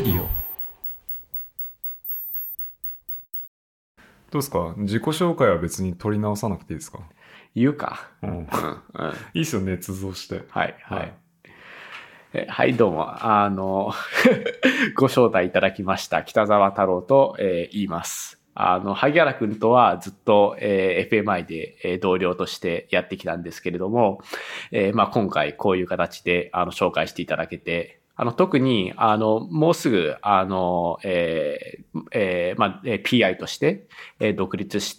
ディオ。どうですか？自己紹介は別に取り直さなくていいですか？ 言うか。 うん。いいっすよね、捏造して。 はい、はい。はい、どうも。ご招待いただきました。北沢太郎と、言います。萩原くんとはずっと、FMI で、同僚としてやってきたんですけれども、今回こういう形で、紹介していただけて、特に、もうすぐ、PI として、独立して、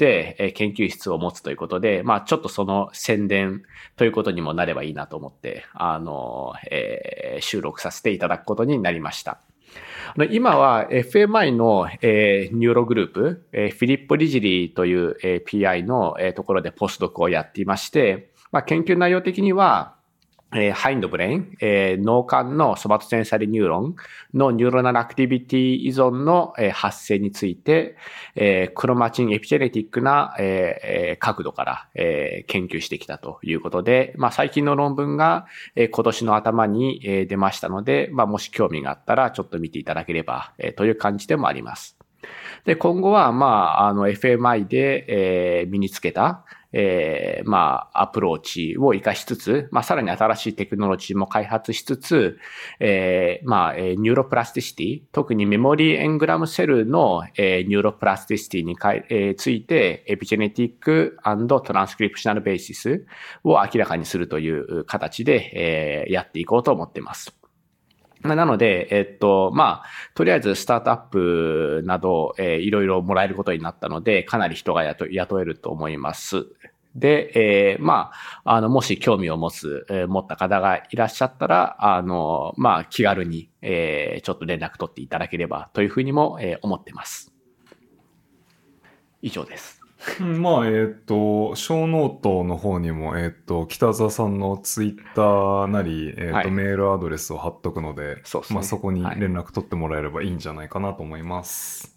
研究室を持つということで、ちょっとその宣伝ということにもなればいいなと思って、収録させていただくことになりました。今は FMI の、ニューログループ、フィリッポ・リジリーという、PI の、ところでポスドクをやっていまして、研究内容的には、ハインドブレイン、脳幹のソマトセンサリニューロンのニューロナルアクティビティ依存の、発生について、クロマチンエピジェネティックな、角度から、研究してきたということで、最近の論文が、今年の頭に、出ましたので、もし興味があったらちょっと見ていただければ、という感じでもあります。で、今後は、FMI で、身につけた、アプローチを活かしつつ、さらに新しいテクノロジーも開発しつつ、ニューロプラスティシティ、特にメモリーエングラムセルの、ニューロプラスティシティについて、エピジェネティック&トランスクリプショナルベーシスを明らかにするという形で、やっていこうと思っています。なので、とりあえずスタートアップなど、いろいろもらえることになったので、かなり人が雇えると思います。で、もし興味を持った方がいらっしゃったら、気軽に、ちょっと連絡取っていただければというふうにも、思ってます。以上です。 ショーノートの方にも、北沢さんのツイッターなり、 はい、 メールアドレスを貼っとくので、 そうですね。 そこに連絡取ってもらえればいいんじゃないかなと思います。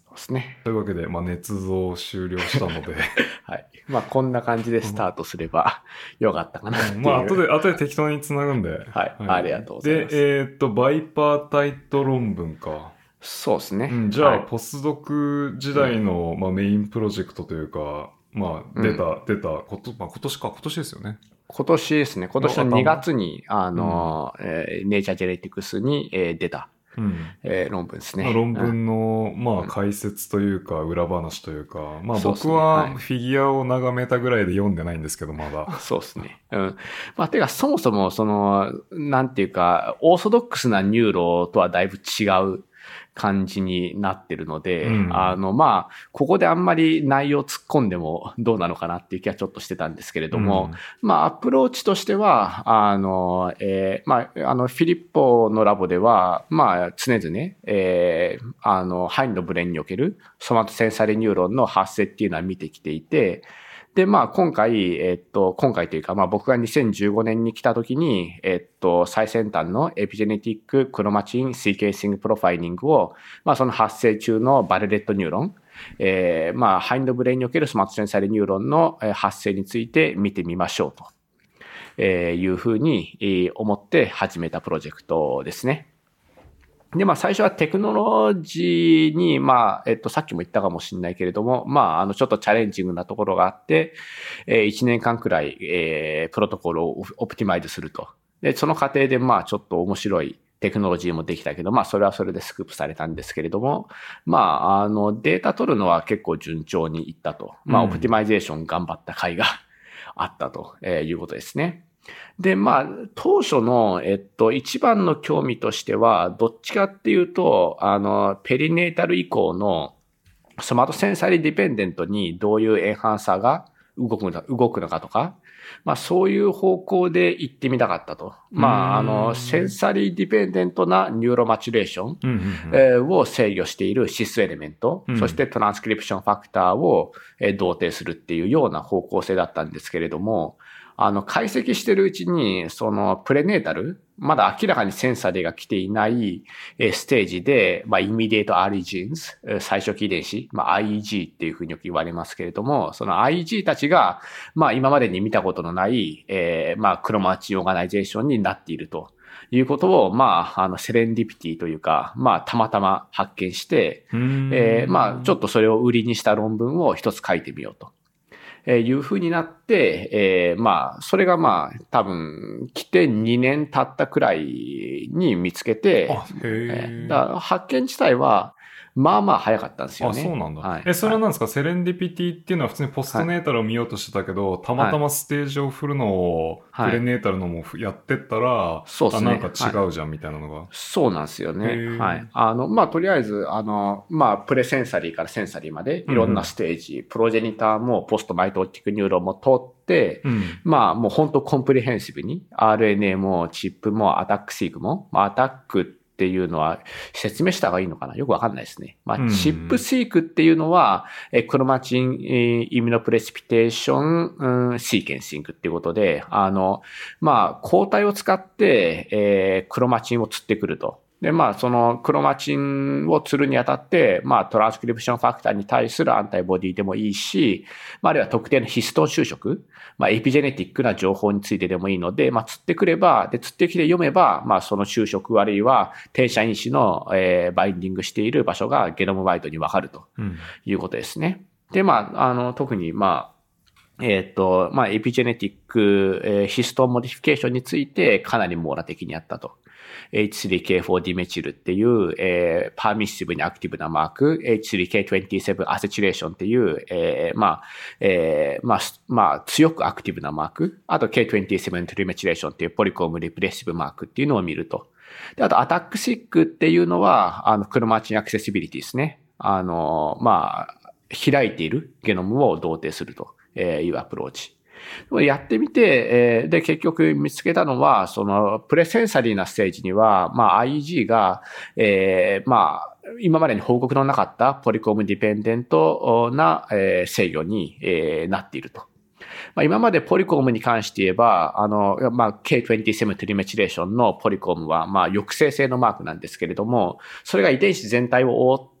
そうですね。 というわけで、捏造終了したので。 はい。こんな感じでスタートすればよかったかなっていう。 後で適当に繋ぐんで。 はい。ありがとうございます。 で、バイパータイト論文か。 そうですね。 じゃあ、ポスドク時代の、メインプロジェクトというか、今年ですよね。 今年ですね。今年の2月に、ネイチャージェネティクスに、出た、論文ですね。 論文の、解説というか、裏話というか、僕はフィギュアを眺めたぐらいで読んでないんですけど、まだ。 そうですね。てか、そもそも、なんていうか、オーソドックスなニューロとはだいぶ違う感じになってるので、ここであんまり内容突っ込んでもどうなのかなっていう気はちょっとしてたんですけれども、アプローチとしては、フィリッポのラボでは、常々、ハインドブレインにおけるソマトセンサリニューロンの発生っていうのは見てきていて、で、今回というか、僕が2015年に来た時に、最先端のエピジェネティッククロマチンシーケーシングプロファイリングを、その発生中のバレレットニューロン、ハインドブレインにおけるスマートセンサリニューロンの発生について見てみましょうというふうに思って始めたプロジェクトですね。で、最初はテクノロジーに、さっきも言ったかもしれないけれども、ちょっとチャレンジングなところがあって、1年間くらい、プロトコルをオプティマイズすると。で、その過程で、ちょっと面白いテクノロジーもできたけど、それはそれでスクープされたんですけれども、データ取るのは結構順調にいったと。オプティマイゼーション頑張った甲斐があったということですね。で、当初の、一番の興味としては、どっちかっていうと、ペリネータル以降のソマトセンサリーディペンデントにどういうエンハンサーが動くのかとか、そういう方向で行ってみたかったと。センサリーディペンデントなニューロマチュレーションを制御しているシスエレメント、そしてトランスクリプションファクターを同定するっていうような方向性だったんですけれども、解析してるうちに、そのプレネータル、 まだ明らかにセンサーが来ていないステージで、イミディエートアリジンズ、最初期遺伝子、IG っていうふうによく言われますけれども、その IG たちが、今までに見たことのない、クロマチンオーガナイゼーションになっているということを、セレンディピティというか、たまたま発見して、ちょっとそれを売りにした論文を一つ書いてみようと。いう風になって、それが多分来て2年経ったくらいに見つけて、だから発見自体は、早かったんですよね。 そうなんだ。はい、それは何ですか、セレンディピティっていうのは普通にポストネータルを見ようとしてたけど、たまたまステージを振るのを、プレネータルのもやってったら、そうですね。なんか違うじゃんみたいなのが。 そうなんですよね。はい。とりあえず、プレセンサリーからセンサリーまで、いろんなステージ、プロジェニターもポストマイトティックニューロンも通って、もう本当コンプリヘンシブに、RNA もチップもアタックシークも、アタックっていうのは説明した方がいいのかなよくわかんないですね。チップシークっていうのは、クロマチンイミュノプレシピテーションシーケンシングっていうことで、抗体を使って、クロマチンを釣ってくると。で、そのクロマチンを釣るにあたって、トランスクリプションファクターに対するアンタイボディでもいいし、あるいは特定のヒストン集色、エピジェネティックな情報についてでもいいので、釣ってくれば、で、釣ってきて読めば、その集色あるいは転写因子の、バインディングしている場所がゲノムバイトにわかるということですね。で、特に、エピジェネティック、ヒストンモディフィケーションについてかなり網羅的にやったと。H3K4 ディメチルっていう、パーミッシブにアクティブなマーク、H3K27 アセチュレーションっていう、強くアクティブなマーク、あと K27 トリメチレーションっていうポリコームリプレッシブマークっていうのを見ると。で、あとアタックシックっていうのは、クロマチンアクセシビリティですね。開いているゲノムを同定するというアプローチ。やってみて、で、結局見つけたのは、その、プレセンサリーなステージには、IG が、今までに報告のなかったポリコームディペンデントな、制御に、なっていると。今までポリコームに関して言えば、K27 トリメチレーションのポリコームは、抑制性のマークなんですけれども、それが遺伝子全体を覆って、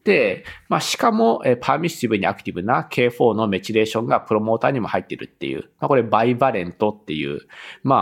しかも、パーミッシブにアクティブな K4 のメチレーションがプロモーターにも入っているっていう、これバイバレントっていう、状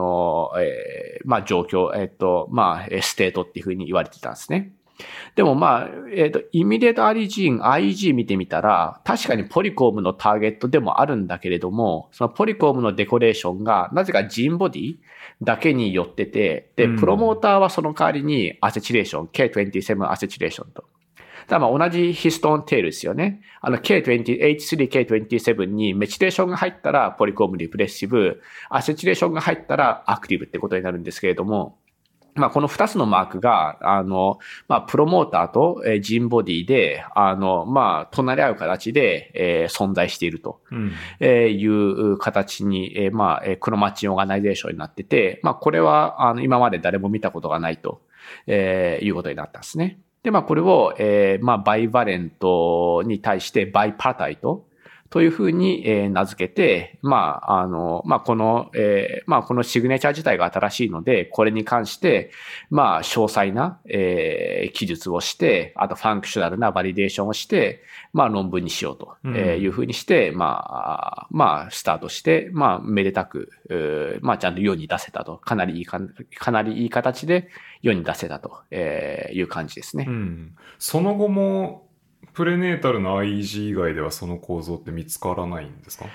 況、ステートっていうふうに言われてたんですね。でもイミディエートアリジン IG 見てみたら、確かにポリコームのターゲットでもあるんだけれども、そのポリコームのデコレーションが、なぜかジーンボディだけに寄ってて、で、プロモーターはその代わりにアセチュレーション、K27 アセチュレーションと。だから同じヒストンテールですよね。H3K27 にメチレーションが入ったらポリコームリプレッシブ、アセチュレーションが入ったらアクティブってことになるんですけれども、この二つのマークが、プロモーターとジンボディで、隣り合う形で、存在しているという形に、クロマチンオーガナイゼーションになってて、これは、今まで誰も見たことがないということになったんですね。で、これを、バイバレントに対してバイパラタイトというふうに名付けて、このシグネチャー自体が新しいので、これに関して、詳細な、記述をして、あとファンクショナルなバリデーションをして、論文にしようというふうにして、スタートして、めでたく、ちゃんと世に出せたと。かなりいい形で世に出せたという感じですね。 その後も、プレネータルの IG 以外ではその構造って見つからないんですか？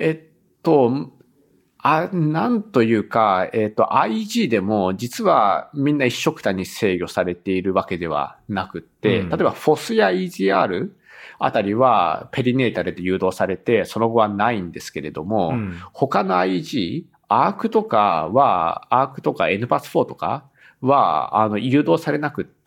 なんというか、IG でも実はみんな一緒くたに制御されているわけではなくって、例えば FOS や EGR あたりはペリネータルで誘導されて、その後はないんですけれども、他の IG、ARC とか NPAS4 とか、誘導されなくって、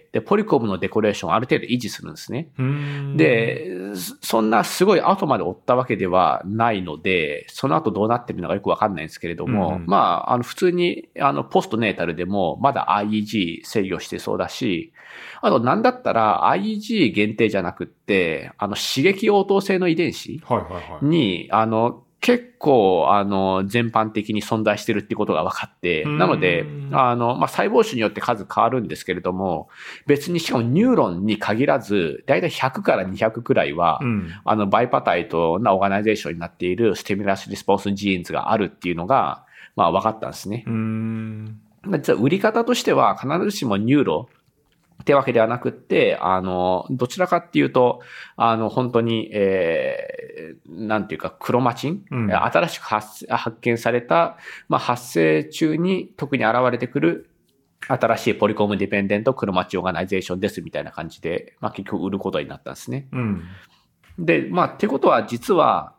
で、ポリコームのデコレーションをある程度維持するんですね。で、そんなすごい後まで追ったわけではないので、その後どうなってるのかよくわかんないんですけれども、普通に、ポストネータルでもまだ IEG 制御してそうだし、あとなんだったら IEG 限定じゃなくって、刺激応答性の遺伝子に、 結構、全般的に存在してるってことが分かって、なので、細胞種によって数変わるんですけれども、別にしかもニューロンに限らず、だいたい100から200くらいは、バイパタイトなオーガナイゼーションになっているスティミュラスリスポンスジーンズがあるっていうのが、分かったんですね。実は売り方としては、必ずしもニューロってわけではなくって、どちらかっていうと、本当に、なんていうか、クロマチン、新しく発見された、発生中に特に現れてくる、新しいポリコームディペンデントクロマチンオーガナイゼーションですみたいな感じで、結局売ることになったんですね。で、ってことは実は、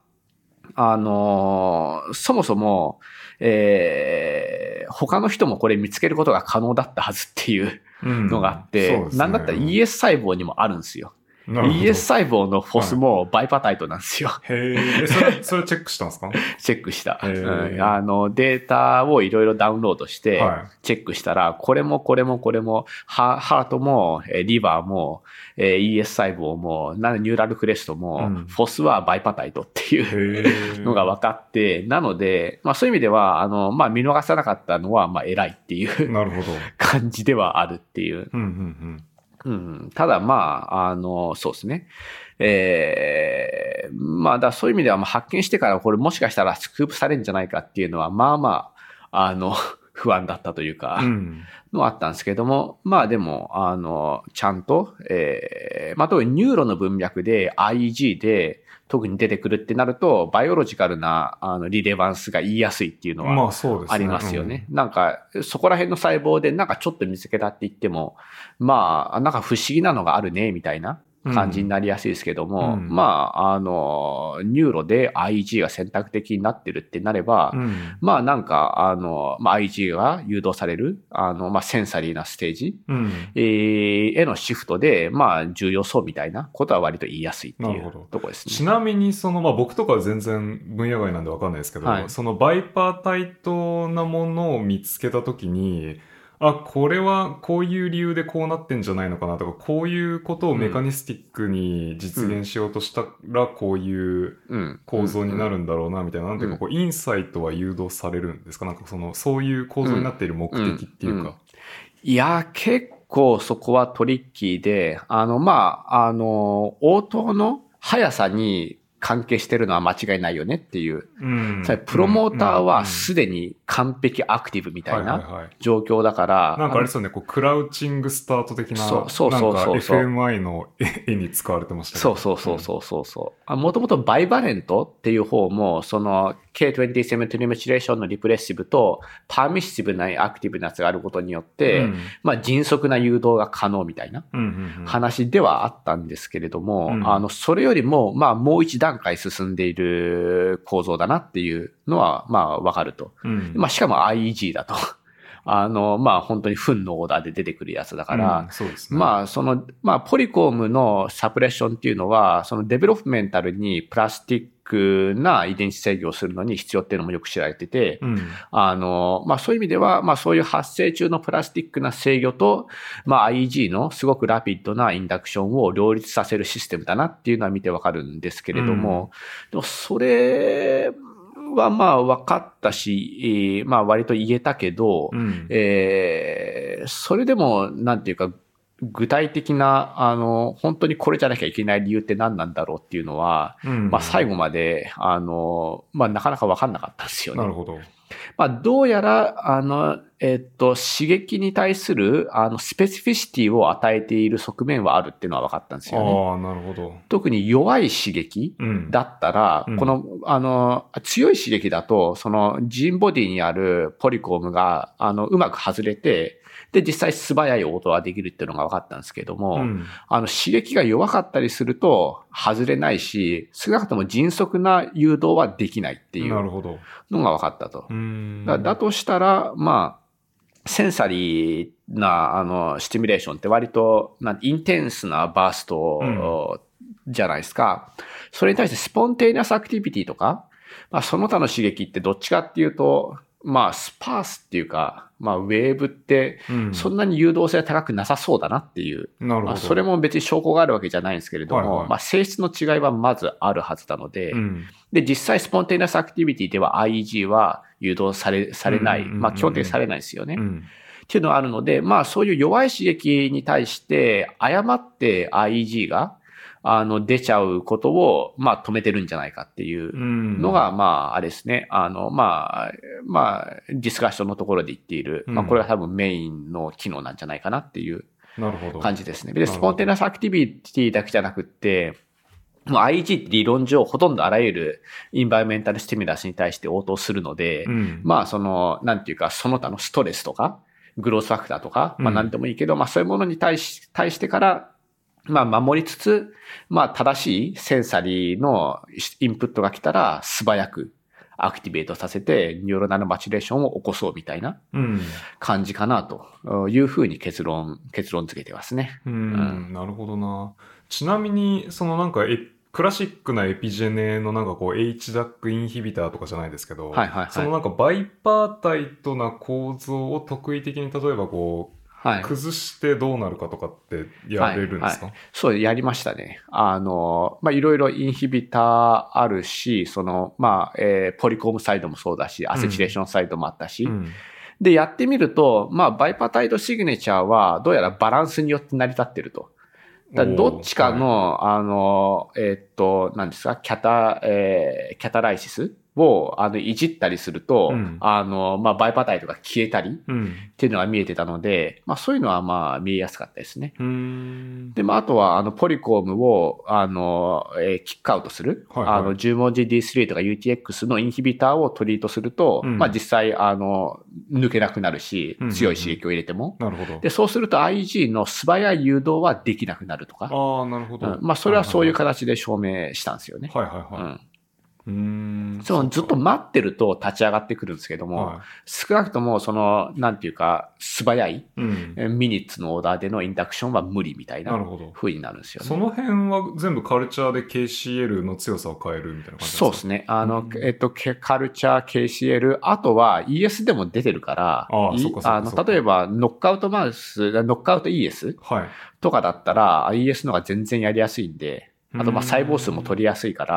そもそも、他の人もこれ見つけることが可能だったはずっていうのがあって、なんだったら ES 細胞にもあるんですよ。ES 細胞のフォスもバイパタイトなんですよ。 へそれチェックしたんですか？ チェックした。データをいろいろダウンロードして、チェックしたら、これも、ハートも、リバーも、ES 細胞も、ニューラルクレストも、フォスはバイパタイトっていうのが分かって、なので、そういう意味では、見逃さなかったのは、偉いっていう感じではあるっていう。ただそうですね。だそういう意味では発見してからこれもしかしたらスクープされるんじゃないかっていうのは不安だったというか、のはあったんですけども、でも、ちゃんと、特にニューロの文脈で IEG で特に出てくるってなると、バイオロジカルなリレバンスが言いやすいっていうのはありますよね。なんか、そこら辺の細胞でなんかちょっと見つけたって言っても、なんか不思議なのがあるね、みたいな感じになりやすいですけども、ニューロで IEG が選択的になってるってなれば、なんか、IEG が誘導される、センサリーなステージ、へのシフトで、重要そうみたいなことは割と言いやすいっていうところですね。 ちなみに、僕とかは全然分野外なんでわかんないですけど、そのバイパータイトなものを見つけたときに、これはこういう理由でこうなってんじゃないのかなとか、こういうことをメカニスティックに実現しようとしたらこういう構造になるんだろうなみたいな、なんていうかインサイトは誘導されるんですか？なんかそういう構造になっている目的っていうか。 いや、結構そこはトリッキーで、応答の速さに関係してるのは間違いないよねっていう。プロモーターはすでに完璧アクティブみたいな状況だから。 なんかあれですよね、クラウチングスタート的な、なんか FMI の絵に使われてましたね。 もともとバイバレントっていう方も、K27 トリメチレーションのリプレッシブとパーミッシブなアクティブなやつがあることによって、迅速な誘導が可能みたいな話ではあったんですけれども、それよりも、もう一段階進んでいる構造だなっていうのは、わかると。しかも IEG だと。本当に分のオーダーで出てくるやつだから、ポリコームのサプレッションっていうのは、デベロップメンタルにプラスティックな遺伝子制御をするのに必要っていうのもよく知られてて、そういう意味では、そういう発生中のプラスティックな制御と、IEG のすごくラピッドなインダクションを両立させるシステムだなっていうのは見てわかるんですけれども、でもそれ、は分かったし、割と言えたけど、それでも、なんていうか、具体的な、本当にこれじゃなきゃいけない理由って何なんだろうっていうのは、最後まで、なかなか分かんなかったんですよね。 なるほど。 どうやら、刺激に対する、スペシフィシティを与えている側面はあるっていうのは分かったんですよね。 なるほど。 特に弱い刺激だったら、強い刺激だと、ジーンボディにあるポリコームが、うまく外れて、で、実際素早い応答ができるっていうのが分かったんですけども、刺激が弱かったりすると外れないし、少なくとも迅速な誘導はできないっていうのが分かったと。だとしたら、センサリーな、スティミュレーションって割と、インテンスなバーストじゃないですか。それに対してスポンテイナスアクティビティとか、その他の刺激ってどっちかっていうと、 まあ、スパースっていうか、まあ、ウェーブって、そんなに誘導性高くなさそうだなっていう。 なるほど。 まあ、それも別に証拠があるわけじゃないんですけれども、まあ、性質の違いはまずあるはずなので、で、実際、スポンテイナスアクティビティでは IEG は誘導されない。まあ、基本的にされないですよね。っていうのがあるので、まあ、そういう弱い刺激に対して、誤って IEG が、出ちゃうことを、まあ、止めてるんじゃないかっていうのが、まあ、あれですね。まあ、ディスカッションのところで言っている、まあ、これが多分メインの機能なんじゃないかなっていう感じですね。で、スポンテイナスアクティビティだけじゃなくって、もう IEG って理論上ほとんどあらゆるインバイメンタルスティミュラスに対して応答するので、まあ、なんていうか、その他のストレスとか、グロースファクターとか、まあ何でもいいけど、まあそういうものに対してから、まあ守りつつ、まあ正しいセンサリーのインプットが来たら素早くアクティベートさせてニューロナルマチュレーションを起こそうみたいな感じかなというふうに結論付けてますね。 なるほどな。ちなみに、なんかクラシックなエピジェネのなんかこう HDAC インヒビターとかじゃないですけど、そのなんかバイパータイトな構造を特異的に例えばこう、崩してどうなるかとかってやれるんですか？ そう、やりましたね。まあ、いろいろインヒビターあるし、まあ、ポリコームサイドもそうだし、アセチレーションサイドもあったし、で、やってみると、まあ、バイパータイトシグネチャーはどうやらバランスによって成り立ってると。どっちかの、何ですか、キャタライシスを、いじったりすると、まあ、バイパタイトが消えたり、っていうのが見えてたので、まあ、そういうのはまあ、見えやすかったですね。で、まあ、あとは、ポリコームを、キックアウトする、10文字 D3 とか UTX のインヒビターをトリートすると、まあ、実際、抜けなくなるし、強い刺激を入れても。 なるほど。 で、そうすると IEG の素早い誘導はできなくなるとか。 ああ、なるほど。 まあ、それはそういう形で証明したんですよね。ずっと待ってると立ち上がってくるんですけども、少なくともなんていうか、素早い、ミニッツのオーダーでのインダクションは無理みたいな風になるんですよね。 その辺は全部カルチャーで KCL の強さを変えるみたいな感じですか？ そうですね。カルチャー KCL、あとは ES でも出てるから、例えばノックアウトマウス、ノックアウト ES とかだったら ES の方が全然やりやすいんで、あと、ま、細胞数も取りやすいから、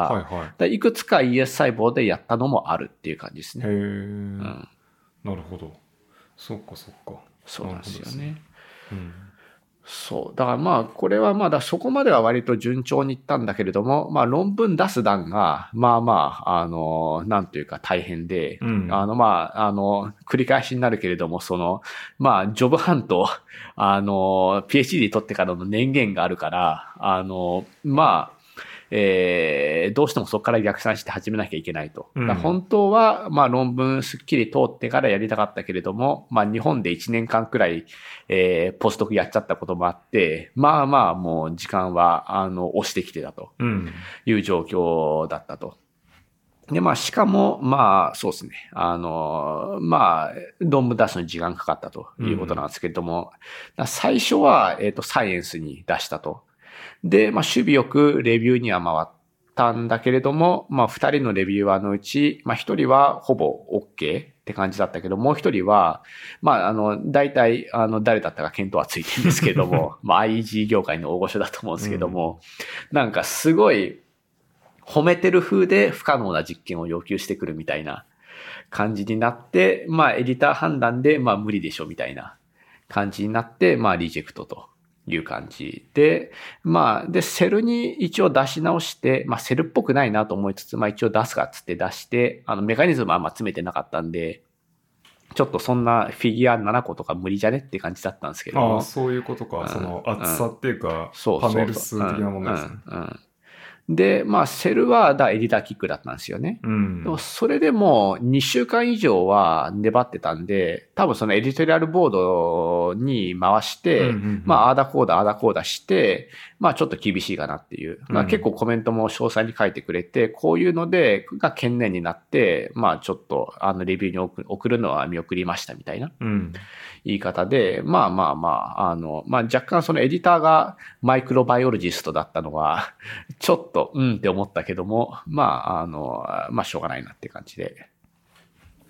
いくつか ES 細胞でやったのもあるっていう感じですね。 なるほど。そっかそっか。 そうなんですよね。そう。だからまあ、これはまだそこまでは割と順調にいったんだけれども、まあ論文出す段が、まあまあ、なんというか大変で、まあ、繰り返しになるけれども、まあ、ジョブハント、PhD 取ってからの年限があるから、まあ、どうしてもそこから逆算して始めなきゃいけないと。本当は、まあ論文すっきり通ってからやりたかったけれども、まあ日本で1年間くらい、ポストクやっちゃったこともあって、まあまあもう時間は、押してきてたという状況だったと。で、まあ、しかも、まあ、そうですね。まあ、論文出すのに時間かかったということなんですけれども、最初は、サイエンスに出したと。で、まあ、守備よくレビューには回ったんだけれども、まあ、2人のレビューアーのうち、まあ、1人はほぼ OK って感じだったけど、もう1人は、まあ、大体、誰だったか見当はついてるんですけれども、まあ、IEG 業界の大御所だと思うんですけども、なんかすごい、褒めてる風で不可能な実験を要求してくるみたいな感じになって、まあ、エディター判断で、まあ、無理でしょみたいな感じになって、まあ、リジェクトという感じで、まあ、で、セルに一応出し直して、まあ、セルっぽくないなと思いつつ、まあ、一応出すかっつって出して、メカニズムはあんま詰めてなかったんで、ちょっとそんなフィギュア7個とか無理じゃねって感じだったんですけども。 ああ、そういうことか。厚さっていうか、パネル数的なものですね。 で、まあ、セルは、エディターキックだったんですよね。でもそれでも、2週間以上は粘ってたんで、多分そのエディトリアルボードに回して、まあ、あーだこうだして、まあ、ちょっと厳しいかなっていう。まあ、結構コメントも詳細に書いてくれて、こういうので、が懸念になって、まあ、ちょっと、レビューに送るのは見送りましたみたいな言い方で、まあまあまあ、まあ、若干そのエディターがマイクロバイオロジストだったのは、ちょっと、って思ったけども、まあ、まあ、しょうがないなって感じで。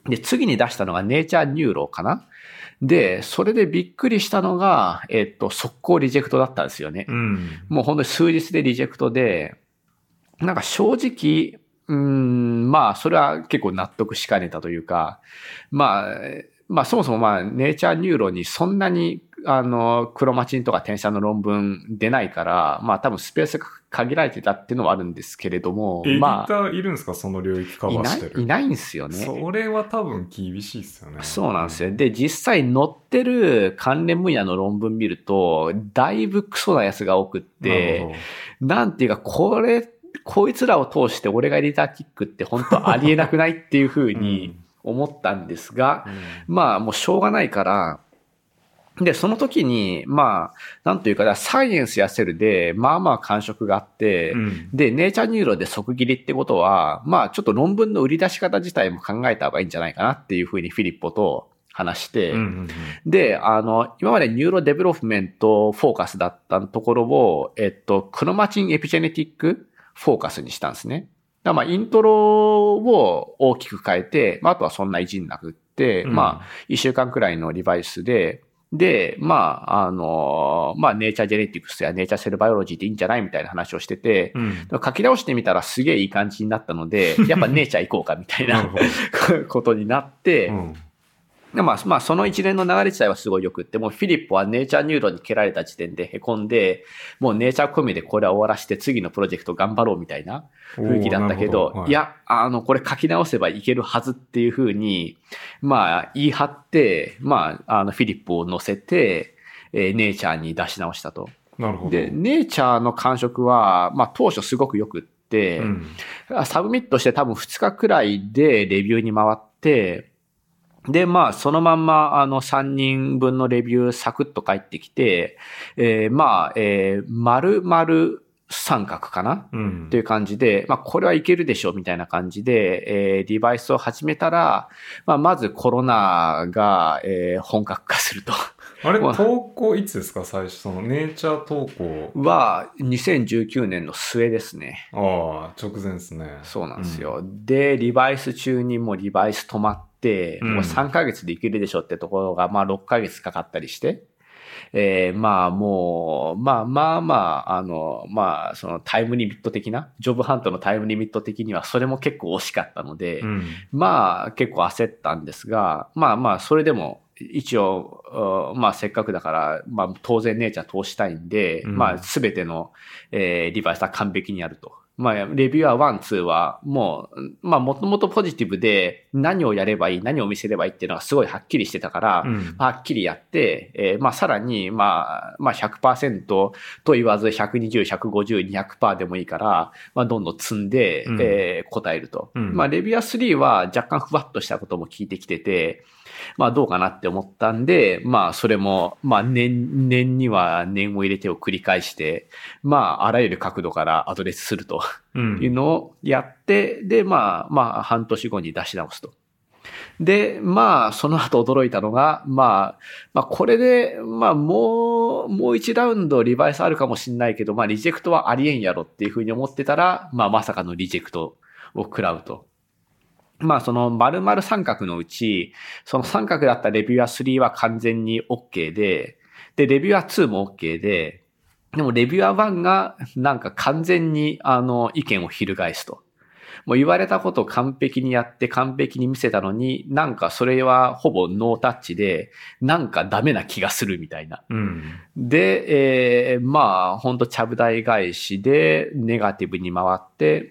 で、次に出したのがネイチャーニューロかな。で、それでびっくりしたのが、速攻リジェクトだったんですよね。 うん、 もう本当に数日でリジェクトで、なんか正直、まあ、それは結構納得しかねたというか、まあ、そもそもネイチャーニューロにそんなに、クロマチンとか転写の論文出ないから、まあ多分スペースが限られてたっていうのはあるんですけれども、 エディターいるんですか、その領域カバーしてる。 いないんですよね。 それは多分厳しいですよね。 そうなんですよ。で、実際載ってる関連分野の論文見ると、だいぶクソなやつが多くって、なんていうか、こいつらを通して俺がエディターキックって本当ありえなくないっていうふうに思ったんですが、まあもうしょうがないから、で、その時に、まあ、なんというか、サイエンスやセルで、まあまあ感触があって、で、ネイチャーニューロで即切りってことは、まあちょっと論文の売り出し方自体も考えた方がいいんじゃないかなっていうふうにフィリッポと話して、で、今までニューロデベロップメントフォーカスだったところを、クロマチンエピジェネティックフォーカスにしたんですね。だからまあイントロを大きく変えて、まああとはそんないじんなくって、まあ1週間くらいのリバイスで、まあ、まあ、ネイチャージェネティクスやネイチャーセルバイオロジーでいいんじゃないみたいな話をしてて、書き直してみたらすげえいい感じになったので、やっぱネイチャー行こうかみたいなことになって、まあ、その一連の流れ自体はすごい良くって、もうフィリップはネイチャーニューロに蹴られた時点で凹んで、もうネイチャー込みでこれは終わらして次のプロジェクト頑張ろうみたいな雰囲気だったけど、いや、これ書き直せばいけるはずっていう風に、まあ、言い張って、まあ、フィリップを乗せて、ネイチャーに出し直したと。 なるほど。 で、ネイチャーの感触は、まあ、当初すごく良くって、サブミットして多分2日くらいでレビューに回って、で、まあ、そのまんま、3人分のレビューサクッと返ってきて、まあ、丸々三角かな、っていう感じで、まあ、これはいけるでしょ、みたいな感じで、デバイスを始めたら、まあ、まずコロナが、本格化すると。 あれ、投稿いつですか、最初、そのネイチャー投稿は、2019年の末ですね。 ああ、直前ですね。 そうなんですよ。で、リバイス中にもうリバイス止まって、もう3ヶ月でいけるでしょってところが、まあ6ヶ月かかったりして、まあもう、まあ、そのタイムリミット的な、ジョブハントのタイムリミット的にはそれも結構惜しかったので、まあ結構焦ったんですが、まあそれでも一応、まあせっかくだから、まあ当然ネイチャー通したいんで、まあすべての、リバイスは完璧にやると。まあ、レビュアー1、2は、もう、まあ、もともとポジティブで、何をやればいい、何を見せればいいっていうのがすごいはっきりしてたから、はっきりやって、まあ、さらに、まあ、100% と言わず、120、150、200% でもいいから、まあ、どんどん積んで、答えると。まあ、レビュアー3は若干ふわっとしたことも聞いてきてて、まあどうかなって思ったんで、まあそれも、まあ年には念を入れてを繰り返して、まああらゆる角度からアドレスするというのをやって、で、まあ半年後に出し直すと。で、まあその後驚いたのが、まあこれで、まあもう一ラウンドリバイスあるかもしんないけど、まあリジェクトはありえんやろっていうふうに思ってたら、まあまさかのリジェクトを食らうと。まあその丸々三角のうち、その三角だったレビュアー3は完全に OK で、レビュアー2も OK で、でもレビュアー1がなんか完全に意見を翻すと。もう言われたことを完璧にやって完璧に見せたのに、なんかそれはほぼノータッチで、なんかダメな気がするみたいな。で、まあ本当ちゃぶ台返しでネガティブに回って、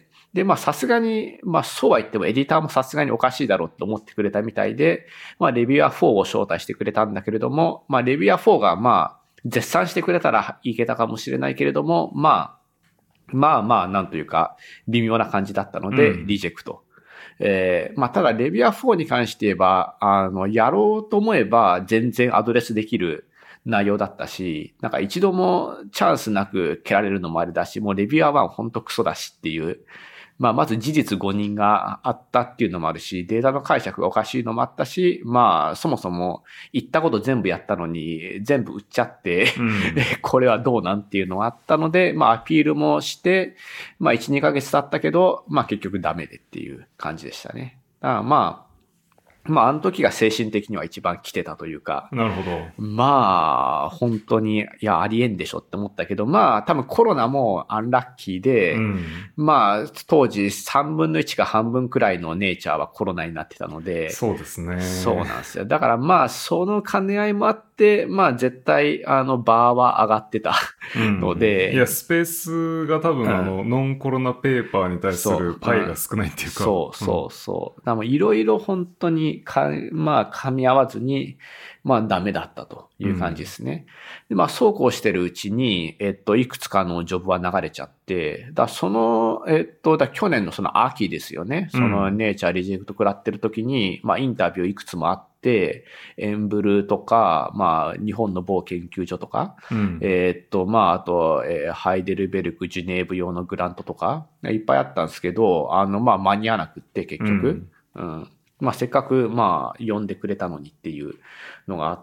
で、まあさすがに、まあそうは言ってもエディターもさすがにおかしいだろうって思ってくれたみたいで、まあレビュアー4を招待してくれたんだけれども、まあレビュアー4がまあ絶賛してくれたらいけたかもしれないけれども、まあなんというか微妙な感じだったので、リジェクト。まあただレビュアー4に関して言えば、やろうと思えば全然アドレスできる内容だったし、なんか一度もチャンスなく蹴られるのもあれだし、もうレビュアー1ほんとクソだしっていう、まあ、まず事実誤認があったっていうのもあるし、データの解釈がおかしいのもあったし、まあ、そもそも言ったこと全部やったのに、全部売っちゃって、これはどうなんっていうのがあったので、まあ、アピールもして、まあ、1、2ヶ月経ったけど、まあ、結局ダメでっていう感じでしたね。だからまあ、 まあ、あの時が精神的には一番来てたというか。 なるほど。 まあ、本当に、いや、ありえんでしょって思ったけど、まあ、多分コロナもアンラッキーで、まあ、当時3分の1か半分くらいのネイチャーはコロナになってたので。 そうですね。 そうなんですよ。だからまあ、その兼ね合いもあって、まあ、絶対、バーは上がってたので。 いや、スペースが多分、ノンコロナペーパーに対するパイが少ないっていうか。 そう。だからいろいろ本当にまあ、噛み合わずに、まあ、ダメだったという感じですね。で、まあ、そうこうしてるうちに、いくつかのジョブは流れちゃって、その、去年のその秋ですよね。そのネイチャーリジェクト食らってる時に、まあ、インタビューいくつもあって、エンブルとか、まあ、日本の某研究所とか、まあ、あと、ハイデルベルク、ジュネーブ用のグラントとか、いっぱいあったんですけど、まあ、間に合わなくって結局、まあ、せっかく、まあ、呼んでくれたのにっていうのがあって、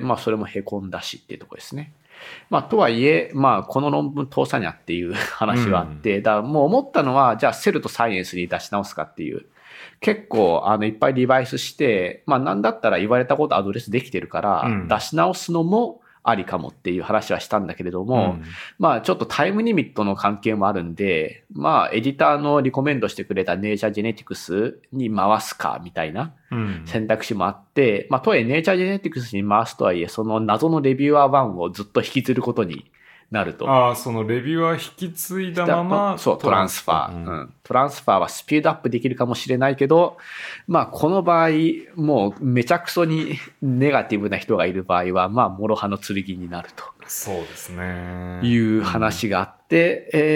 まあ、それも凹んだしっていうところですね。まあ、とはいえ、まあ、この論文通さにゃっていう話はあって、だからもう思ったのは、じゃあ、セルとサイエンスに出し直すかっていう。結構、いっぱいリバイスして、まあ、なんだったら言われたことアドレスできてるから、出し直すのも、ありかもっていう話はしたんだけれども、まあちょっとタイムリミットの関係もあるんで、まあエディターのリコメンドしてくれたネイチャージェネティクスに回すかみたいな選択肢もあって、まあとはいえネイチャージェネティクスに回すとはいえ、その謎のレビュアー1をずっと引きずることになると。 ああ、そのレビューは引き継いだまま。 そう、トランスファー。トランスファーはスピードアップできるかもしれないけど、まあ、この場合、もうめちゃくそにネガティブな人がいる場合は、まあ、諸刃の剣になると。 そうですね。 いう話があって、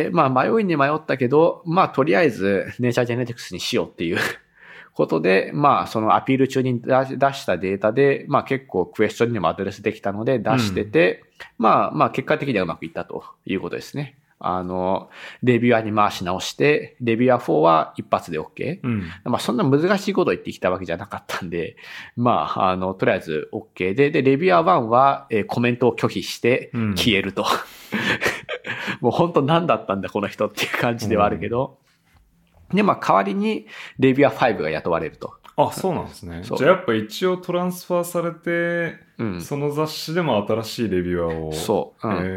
まあ、迷いに迷ったけど、まあ、とりあえず、ネイチャージェネティクスにしようっていうことで、まあ、そのアピール中に出したデータで、まあ結構クエスチョンにもアドレスできたので出してて、まあ結果的にはうまくいったということですね。レビュアーに回し直して、レビュアー4は一発で OK。まあそんな難しいことを言ってきたわけじゃなかったんで、まあ、とりあえず OK で、レビュアー1は、コメントを拒否して消えると。もう本当何だったんだこの人っていう感じではあるけど、で、まあ、代わりに、レビュアー5が雇われると。 あ、そうなんですね。じゃあやっぱ一応トランスファーされて、その雑誌でも新しいレビュアーを。 そう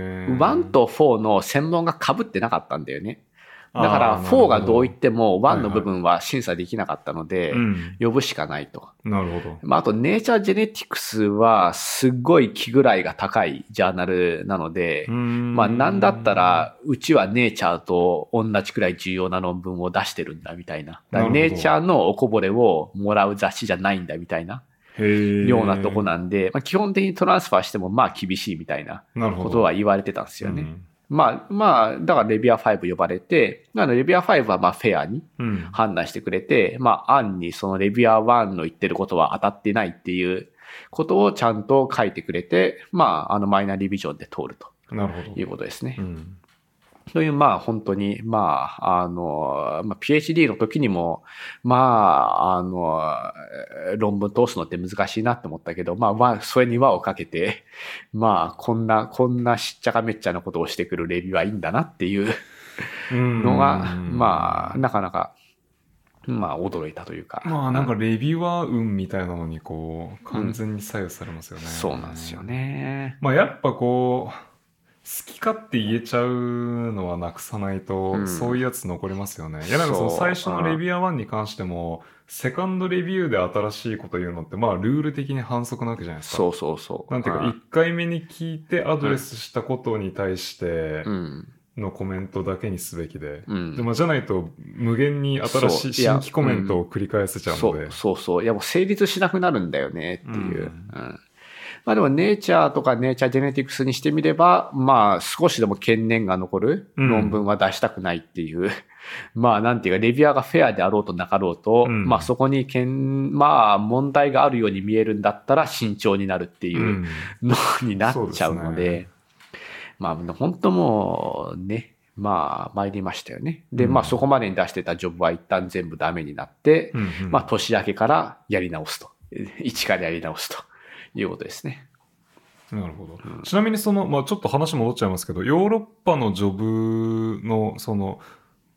。1と4の専門が被ってなかったんだよね。だから4がどう言っても1の部分は審査できなかったので、呼ぶしかないと。 なるほど。 まあ、あと、ネイチャージェネティクスはすっごい気ぐらいが高いジャーナルなので、まあ、なんだったら、うちはネイチャーと同じくらい重要な論文を出してるんだみたいな。ネイチャーのおこぼれをもらう雑誌じゃないんだみたいな。ようなとこなんで、まあ、基本的にトランスファーしてもまあ厳しいみたいなことは言われてたんですよね。まあ、だからレビュアー5呼ばれて、レビュアー5はまあフェアに判断してくれて、まあ案にそのレビュアー1の言ってることは当たってないっていうことをちゃんと書いてくれて、まあマイナーリビジョンで通るということですね。という、まあ本当に、まあ、PhD の時にも、まあ、論文通すのって難しいなって思ったけど、まあ、それに輪をかけて、まあ、こんなしっちゃかめっちゃなことをしてくるレビューはいいんだなっていうのが、まあ、なかなか、まあ、驚いたというか。 まあ、なんかレビュアー運みたいなのに、こう、完全に左右されますよね。 そうなんですよね。 まあ、やっぱこう、好き勝手言えちゃうのはなくさないと、そういうやつ残りますよね。いや、なんかその最初のレビュアー1に関しても、セカンドレビューで新しいこと言うのって、まあ、ルール的に反則なわけじゃないですか。 そう。 なんていうか、1回目に聞いてアドレスしたことに対して、のコメントだけにすべきで。でもじゃないと、無限に新しい新規コメントを繰り返せちゃうので。 そう。いや、もう成立しなくなるんだよねっていう。まあでもネイチャーとかネイチャージェネティクスにしてみれば、まあ少しでも懸念が残る論文は出したくないっていう、まあなんていうかレビュアーがフェアであろうとなかろうと、まあそこにまあ問題があるように見えるんだったら慎重になるっていうのになっちゃうので、まあ本当もうね、まあ参りましたよね。で、まあそこまでに出してたジョブは一旦全部ダメになって、まあ年明けからやり直すと。一からやり直すと。いうことですね。 なるほど。ちなみにまあちょっと話戻っちゃいますけど、ヨーロッパのジョブの、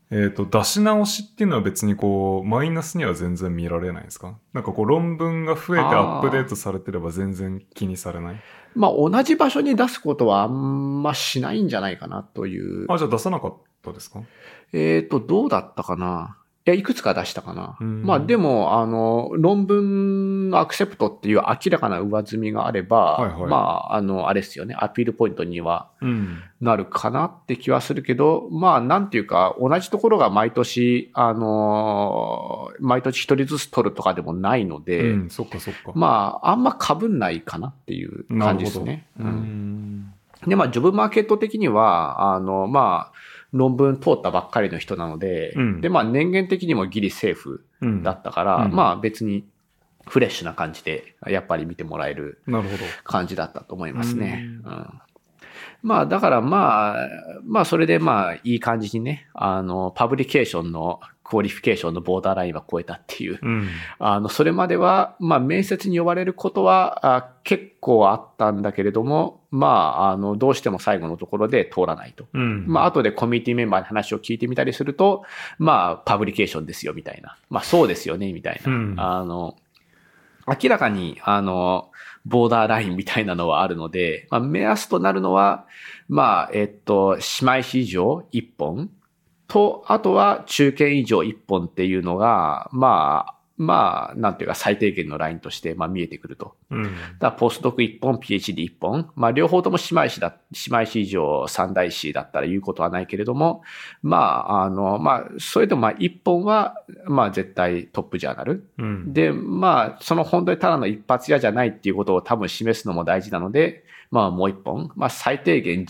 出し直しっていうのは別にこう、マイナスには全然見られないですか？なんかこう、論文が増えてアップデートされてれば全然気にされない？ まあ、同じ場所に出すことはあんましないんじゃないかなという。 じゃあ出さなかったですか？ どうだったかな。いや、いくつか出したかな。まあでも、論文アクセプトっていう明らかな上積みがあれば、はいはい、まあ、あれですよね、アピールポイントにはなるかなって気はするけど、まあなんていうか、同じところが毎年、毎年一人ずつ取るとかでもないので、 そっかそっか。 まあ、あんま被んないかなっていう感じですね。で、まあ、ジョブマーケット的には、まあ、論文通ったばっかりの人なので、で、まあ年限的にもギリセーフだったから、まあ別にフレッシュな感じで、やっぱり見てもらえる感じだったと思いますね。まあだからまあそれでまあいい感じにね、パブリケーションのクオリフィケーションのボーダーラインは超えたっていう。それまでは、まあ面接に呼ばれることは結構あったんだけれども、まあどうしても最後のところで通らないと。まあ後でコミュニティメンバーに話を聞いてみたりすると、まあパブリケーションですよみたいな。まあそうですよねみたいな。明らかに、ボーダーラインみたいなのはあるので、まあ、目安となるのは、まあ、姉妹誌以上1本と、あとは中堅以上1本っていうのが、まあ、なんていうか最低限のラインとして、まあ見えてくると。だからポストドク1本、PhD1 本。まあ両方とも姉妹誌以上三大誌だったら言うことはないけれども、まあ、まあ、それでもまあ1本は、まあ絶対トップジャーナル。で、まあ、その本当にただの一発屋じゃないっていうことを多分示すのも大事なので、まあもう1本。まあ最低限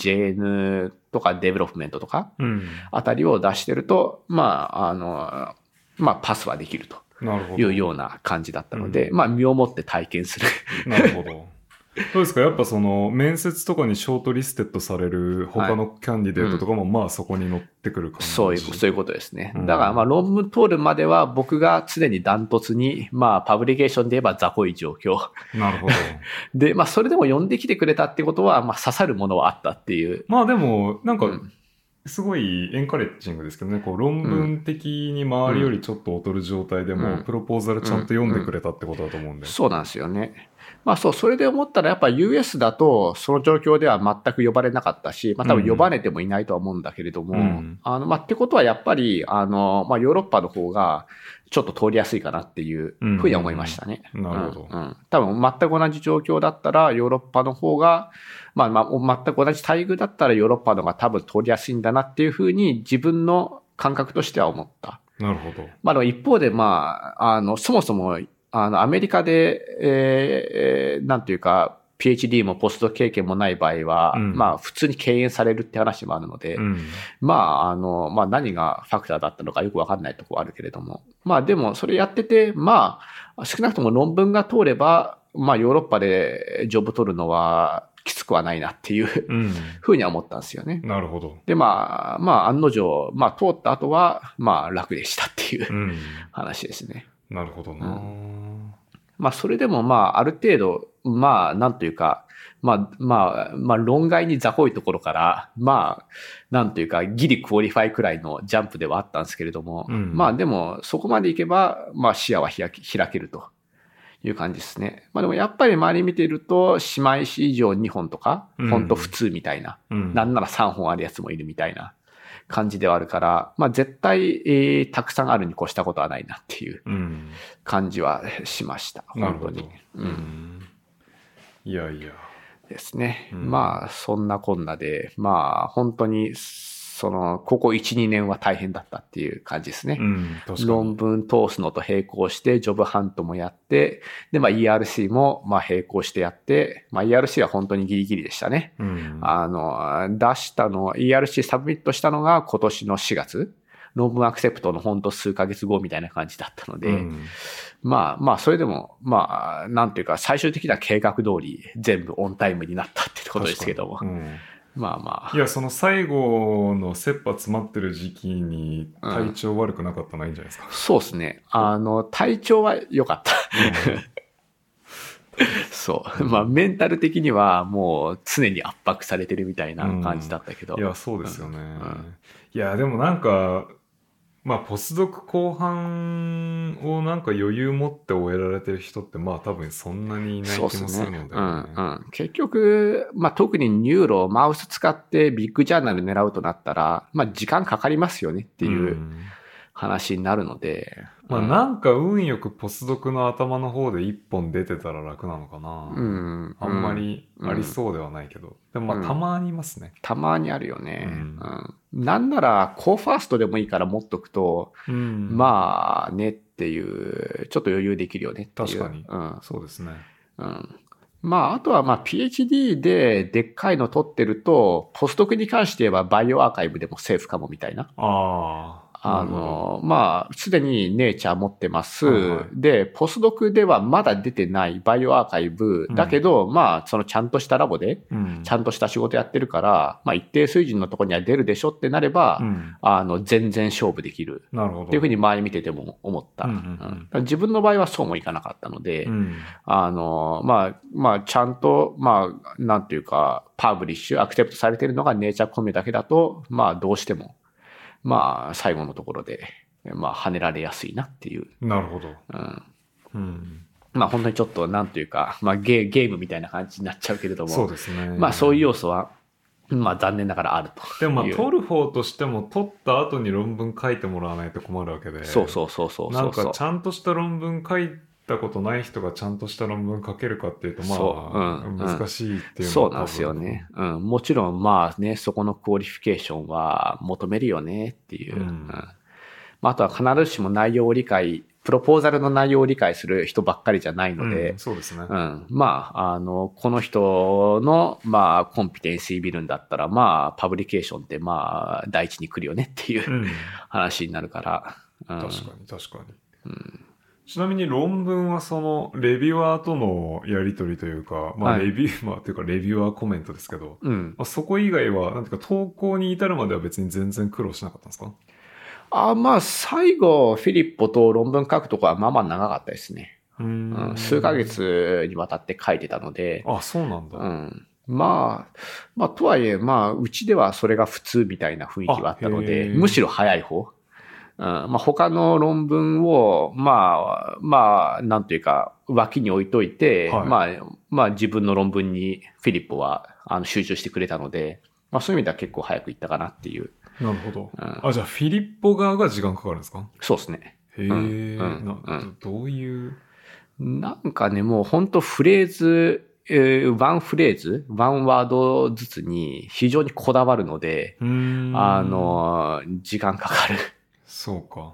JN とかデベロップメントとか、あたりを出してると、まあ、まあパスはできると。いうような感じだったので、まあ身をもって体験する。 なるほど。どうですか？やっぱその面接とかにショートリステッドされる他のキャンディデートとかもまあそこに乗ってくる感じ、 そういうことですね。だからまあ論文通るまでは僕が常にダントツにまあパブリケーションで言えば雑魚い状況。 なるほど。 で、まあそれでも呼んできてくれたってことはまあ刺さるものはあったっていう。 まあでもなんか、すごいエンカレッジングですけどね、こう論文的に周りよりちょっと劣る状態でも、プロポーザルちゃんと読んでくれたってことだと思うんで。 そうなんですよね。まあそう、それで思ったらやっぱ US だとその状況では全く呼ばれなかったし、まあ多分呼ばれてもいないとは思うんだけれども、まあってことはやっぱり、まあヨーロッパの方がちょっと通りやすいかなっていうふうには思いましたね。 なるほど。 多分全く同じ状況だったらヨーロッパの方が、まあ全く同じ待遇だったらヨーロッパの方が多分通りやすいんだなっていうふうに自分の感覚としては思った。 なるほど。 まあでも一方でまあ、そもそもアメリカで、なんていうか、PhD もポスト経験もない場合は、まあ普通に敬遠されるって話もあるので、まあまあ何がファクターだったのかよくわかんないところはあるけれども、まあでもそれやってて、まあ少なくとも論文が通れば、まあヨーロッパでジョブ取るのはきつくはないなっていうふうには思ったんですよね。 なるほど。 で、まあ案の定、まあ通った後は、まあ楽でしたっていう話ですね。 なるほどな。 まあ、それでもまあ、ある程度、まあ、なんというか、まあ、論外に雑魚いところから、まあ、なんというか、ギリクオリファイくらいのジャンプではあったんですけれども、まあ、でも、そこまでいけば、まあ、視野は開けるという感じですね。まあ、でも、やっぱり周り見ていると、姉妹誌以上2本とか、ほんと普通みたいな、なんなら3本あるやつもいるみたいな感じではあるから、まあ絶対、たくさんあるに越したことはないなっていう感じはしました。本当に。 いやいや。 ですね。まあそんなこんなで、まあ本当に、ここ1、2年は大変だったっていう感じですね。論文通すのと並行して、ジョブハントもやって、で、まあ ERC もまあ並行してやって、まあ ERC は本当にギリギリでしたね。ERC サブミットしたのが今年の4月。論文アクセプトの本当数ヶ月後みたいな感じだったので、まあそれでも、まあなんていうか最終的な計画通り全部オンタイムになったってことですけども。まあまあ。 いや、その最後の切羽詰まってる時期に体調悪くなかったないんじゃないですか。 そうですね。体調は良かった。そう。まあ、メンタル的にはもう常に圧迫されてるみたいな感じだったけど。 いや、そうですよね。いや、でもなんか、 まあポスドク後半をなんか余裕持って終えられてる人ってまあ多分そんなにいない気もするので、ね、 結局、まあ特にニューロ、マウス使ってビッグジャーナル狙うとなったら、まあ時間かかりますよねっていう話になるので。 まあなんか運よくポスドクの頭の方で一本出てたら楽なのかな。あんまりありそうではないけど。でもまあたまにいますね。 たまにあるよね。なんならコーファーストでもいいから持っとくと、まあねっていう、ちょっと余裕できるよねっていう。 確かに。そうですね。 まあ、あとはまあ PhD ででっかいの取ってると、ポスドクに関して言えばバイオアーカイブでもセーフかもみたいな。まあ、すでにネイチャー持ってます。で、ポスドクではまだ出てないバイオアーカイブ。だけど、まあ、そのちゃんとしたラボで、ちゃんとした仕事やってるから、まあ、一定水準のところには出るでしょってなれば、全然勝負できる。 なるほど。 っていうふうに周り見てても思った。自分の場合はそうもいかなかったので、まあ、ちゃんと、まあ、なんていうか、パブリッシュ、アクセプトされてるのがネイチャーコミュだけだと、まあ、どうしても、まあ、最後のところで、まあ、跳ねられやすいなっていう。 なるほど。 まあ、本当にちょっと、なんというか、まあゲームみたいな感じになっちゃうけれども。 そうですね。 まあ、そういう要素は、まあ、残念ながらあると。 でも、まあ、取る方としても、取った後に論文書いてもらわないと困るわけで。 そう。 なんか、ちゃんとした論文書いたことない人がちゃんとした論文書けるかっていうと、まあ、難しいっていうのはそうなんですよね。もちろん、まあね、そこのクオリフィケーションは求めるよねっていう。まあ、あとは必ずしも内容を理解、プロポーザルの内容を理解する人ばっかりじゃないので、 そうですね。 まあ、この人の、まあ、コンピテンシービルんだったら、まあ、パブリケーションって、まあ、第一に来るよねっていう話になるから。 確かに。ちなみに論文はそのレビュアーとのやり取りというか、まあレビュー、まあというかレビュアーコメントですけど、まあ、そこ以外は、なんていうか投稿に至るまでは別に全然苦労しなかったんですか？ まあ最後、フィリッポと論文書くとこはまあまあ長かったですね。数ヶ月にわたって書いてたので。 そうなんだ。 まあ、とはいえ、まあ、うちではそれが普通みたいな雰囲気はあったので、むしろ早い方。まあ、他の論文を、まあ、なんというか、脇に置いといて、まあ、自分の論文にフィリッポは集中してくれたので、まあ、そういう意味では結構早くいったかなっていう。 なるほど。じゃあ、フィリッポ側が時間かかるんですか？ そうですね。 どういう？ なんかね、もう本当フレーズ、ワンフレーズ、ワンワードずつに非常にこだわるので、時間かかる。 そうか。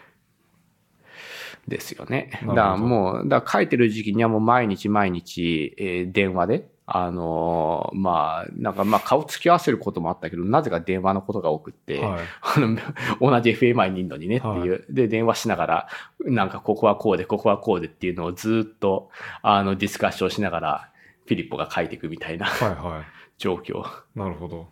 ですよね。だから書いてる時期にはもう毎日、電話で、まあ、なんかまあ顔つき合わせることもあったけど、なぜか電話のことが多くって、同じ FMI にいるのにねっていう。で、電話しながら、なんかここはこうで、ここはこうでっていうのをずっと、ディスカッションしながら、フィリッポが書いていくみたいな、状況。 なるほど。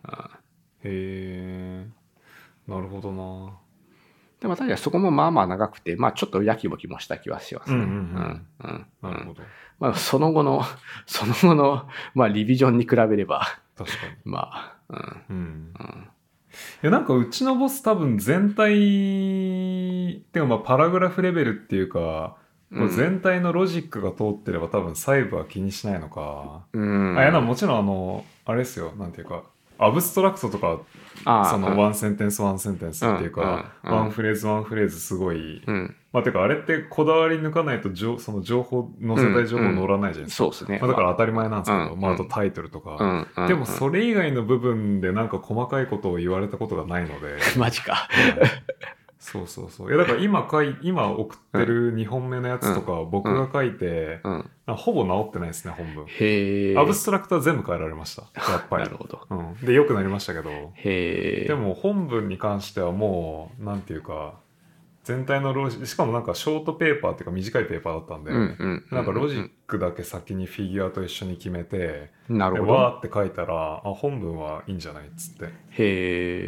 なるほどな。 でも、ただそこもまあまあ長くて、まあちょっとやきもきもした気はしますね。 なるほど。 まあその後の、まあリビジョンに比べれば。 確かに。 まあ、 いや、なんかうちのボス多分全体、っていうかまあパラグラフレベルっていうか、全体のロジックが通ってれば多分細部は気にしないのか。いや、もちろんあれですよ、なんていうか、アブストラクトとか、そのワンセンテンスっていうか、ワンフレーズすごい、まあてかあれってこだわり抜かないとその情報、載せたい情報乗らないじゃないですか。 そうですね。 まあだから当たり前なんですけど、まああとタイトルとか。でもそれ以外の部分でなんか細かいことを言われたことがないので。 マジか。 そう。いやだから今送ってる2本目のやつとか僕が書いて、ほぼ直ってないですね、本文。アブストラクトは全部変えられました。やっぱり。 なるほど。 で、良くなりましたけど。でも本文に関してはもう、なんていうか、全体のしかもなんかショートペーパーっていうか短いペーパーだったんで、なんかロジックだけ先にフィギュアと一緒に決めて、 なるほど。 わーって書いたら、本文はいいんじゃないっつって。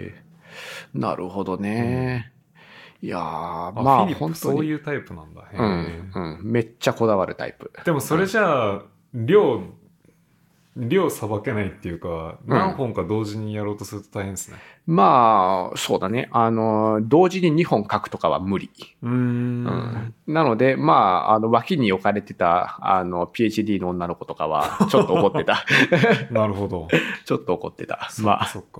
なるほどね。いやー、まあ、フィリップそういうタイプなんだ。 めっちゃこだわるタイプ。 でもそれじゃあ、量量さばけないっていうか、何本か同時にやろうとすると大変ですね。 まあ、そうだね。同時に2本書くとかは無理。なので、まあ、脇に置かれてた、PhD の女の子とかは、ちょっと怒ってた。 なるほど。 ちょっと怒ってた。まあ、 そっか。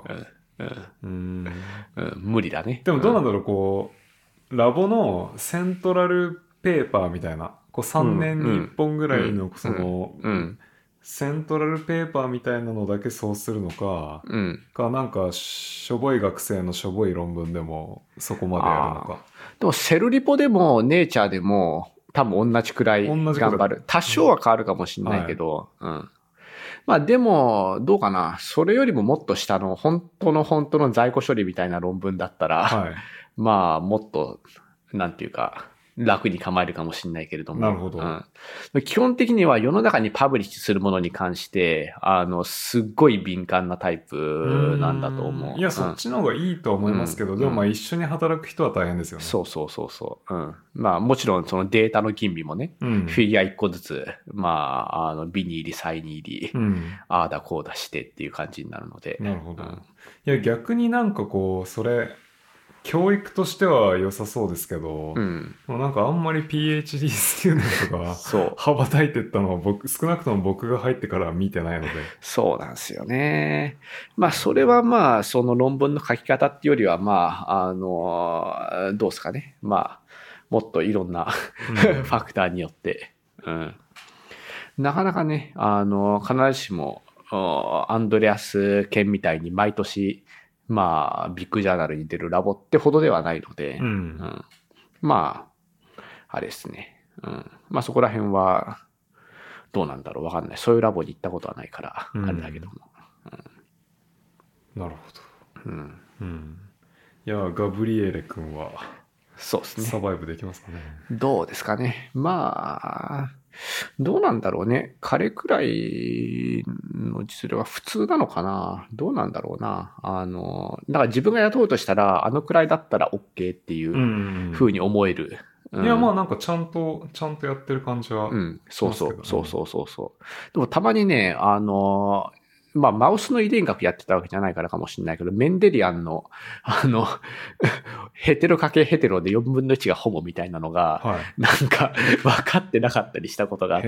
無理だね。 でもどうなんだろう、こう、ラボのセントラルペーパーみたいな、こう3年に1本ぐらいの、セントラルペーパーみたいなのだけそうするのか、なんか、しょぼい学生のしょぼい論文でもそこまでやるのか。 でも、セルリポでも、ネイチャーでも、多分同じくらい頑張る。多少は変わるかもしれないけど、まあでも、どうかな。それよりももっと下の、本当の在庫処理みたいな論文だったら、まあ、もっと、なんていうか、楽に構えるかもしれないけれども。 なるほど。 基本的には世の中にパブリッシュするものに関して、すっごい敏感なタイプなんだと思う。 いや、そっちの方がいいとは思いますけど、でもまあ一緒に働く人は大変ですよね。 そう。まあもちろんそのデータの吟味もね、フィギュア1個ずつ、まあ、ビに入り、サイに入り、ああだこうだしてっていう感じになるので。 なるほど。いや、逆になんかこう、それ、教育としては良さそうですけど、なんかあんまり PhD スチューデントが羽ばたいていったのは少なくとも僕が入ってからは見てないので。 そうなんですよね。まあそれはまあその論文の書き方っていうよりはまあ、どうですかね。まあもっといろんなファクターによって、なかなかね、必ずしもアンドレアス研みたいに毎年まあ、ビッグジャーナルに出るラボってほどではないので、まあ、あれですね。まあそこら辺は、どうなんだろうわかんない。そういうラボに行ったことはないから、あれだけども。 なるほど。いや、ガブリエレ君は、 そうですね。 サバイブできますかね。 どうですかね。まあ、どうなんだろうね。彼くらいの実力は普通なのかな。どうなんだろうな。だから自分が雇うとしたら、あのくらいだったら OK っていう風に思える。 いや、まあなんかちゃんとやってる感じは、 そう。でもたまにね、まあ、マウスの遺伝学やってたわけじゃないからかもしれないけど、メンデリアンの、ヘテロかけヘテロで4分の1がホモみたいなのが、なんか分かってなかったりしたことがあって、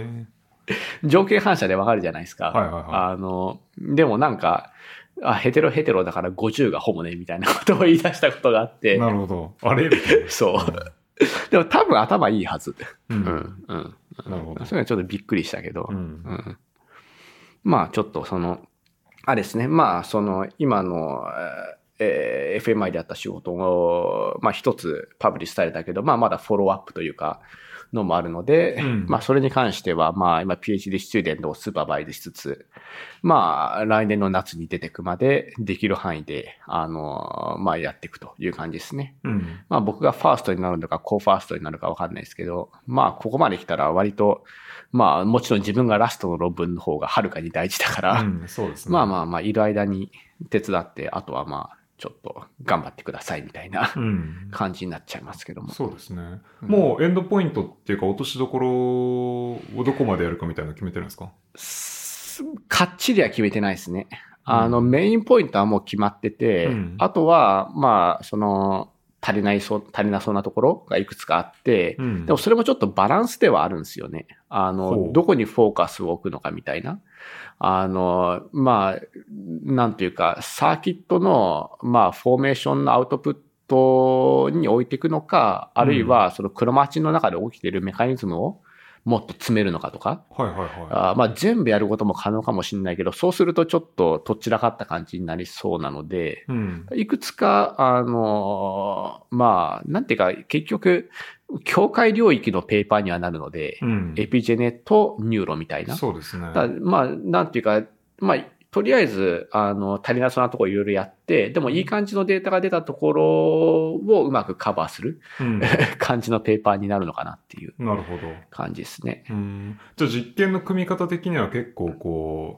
条件反射で分かるじゃないですか。でもなんか、ヘテロだから50がホモねみたいなことを言い出したことがあって。 なるほど。あれそう。でも多分頭いいはず。 なるほど。 それはちょっとびっくりしたけど。まあちょっとあれですね。まあ今の、FMI であった仕事を、まあ一つパブリッシュされたけど、まあまだフォローアップというか、のもあるので、まあそれに関しては、まあ今 PhD スチューデントをスーパーバイズしつつ、まあ来年の夏に出てくまでできる範囲で、まあやっていくという感じですね。まあ僕がファーストになるのか、コーファーストになるかわかんないですけど、まあここまで来たら割と、まあもちろん自分がラストの論文の方がはるかに大事だから、 そうですね。 まあいる間に手伝って、あとはまあ、ちょっと頑張ってくださいみたいな感じになっちゃいますけども。 そうですね。もうエンドポイントっていうか落としどころをどこまでやるかみたいなの決めてるんですか？ かっちりは決めてないですね。メインポイントはもう決まってて、あとは、まあ、足りなそうなところがいくつかあって、でもそれもちょっとバランスではあるんですよね。どこにフォーカスを置くのかみたいな。まあ、なんていうか、サーキットの、まあ、フォーメーションのアウトプットに置いていくのか、あるいは、その黒マチの中で起きているメカニズムをもっと詰めるのかとか。まあ、全部やることも可能かもしれないけど、そうするとちょっととっちらかった感じになりそうなので、いくつか、まあ、なんていうか、結局、境界領域のペーパーにはなるので、エピジェネとニューロみたいな。 そうですね。 まあ、なんていうか、まあ、とりあえず、足りなそうなところいろいろやって、でもいい感じのデータが出たところをうまくカバーする、感じのペーパーになるのかなっていう感じですね。 じゃあ実験の組み方的には結構こう、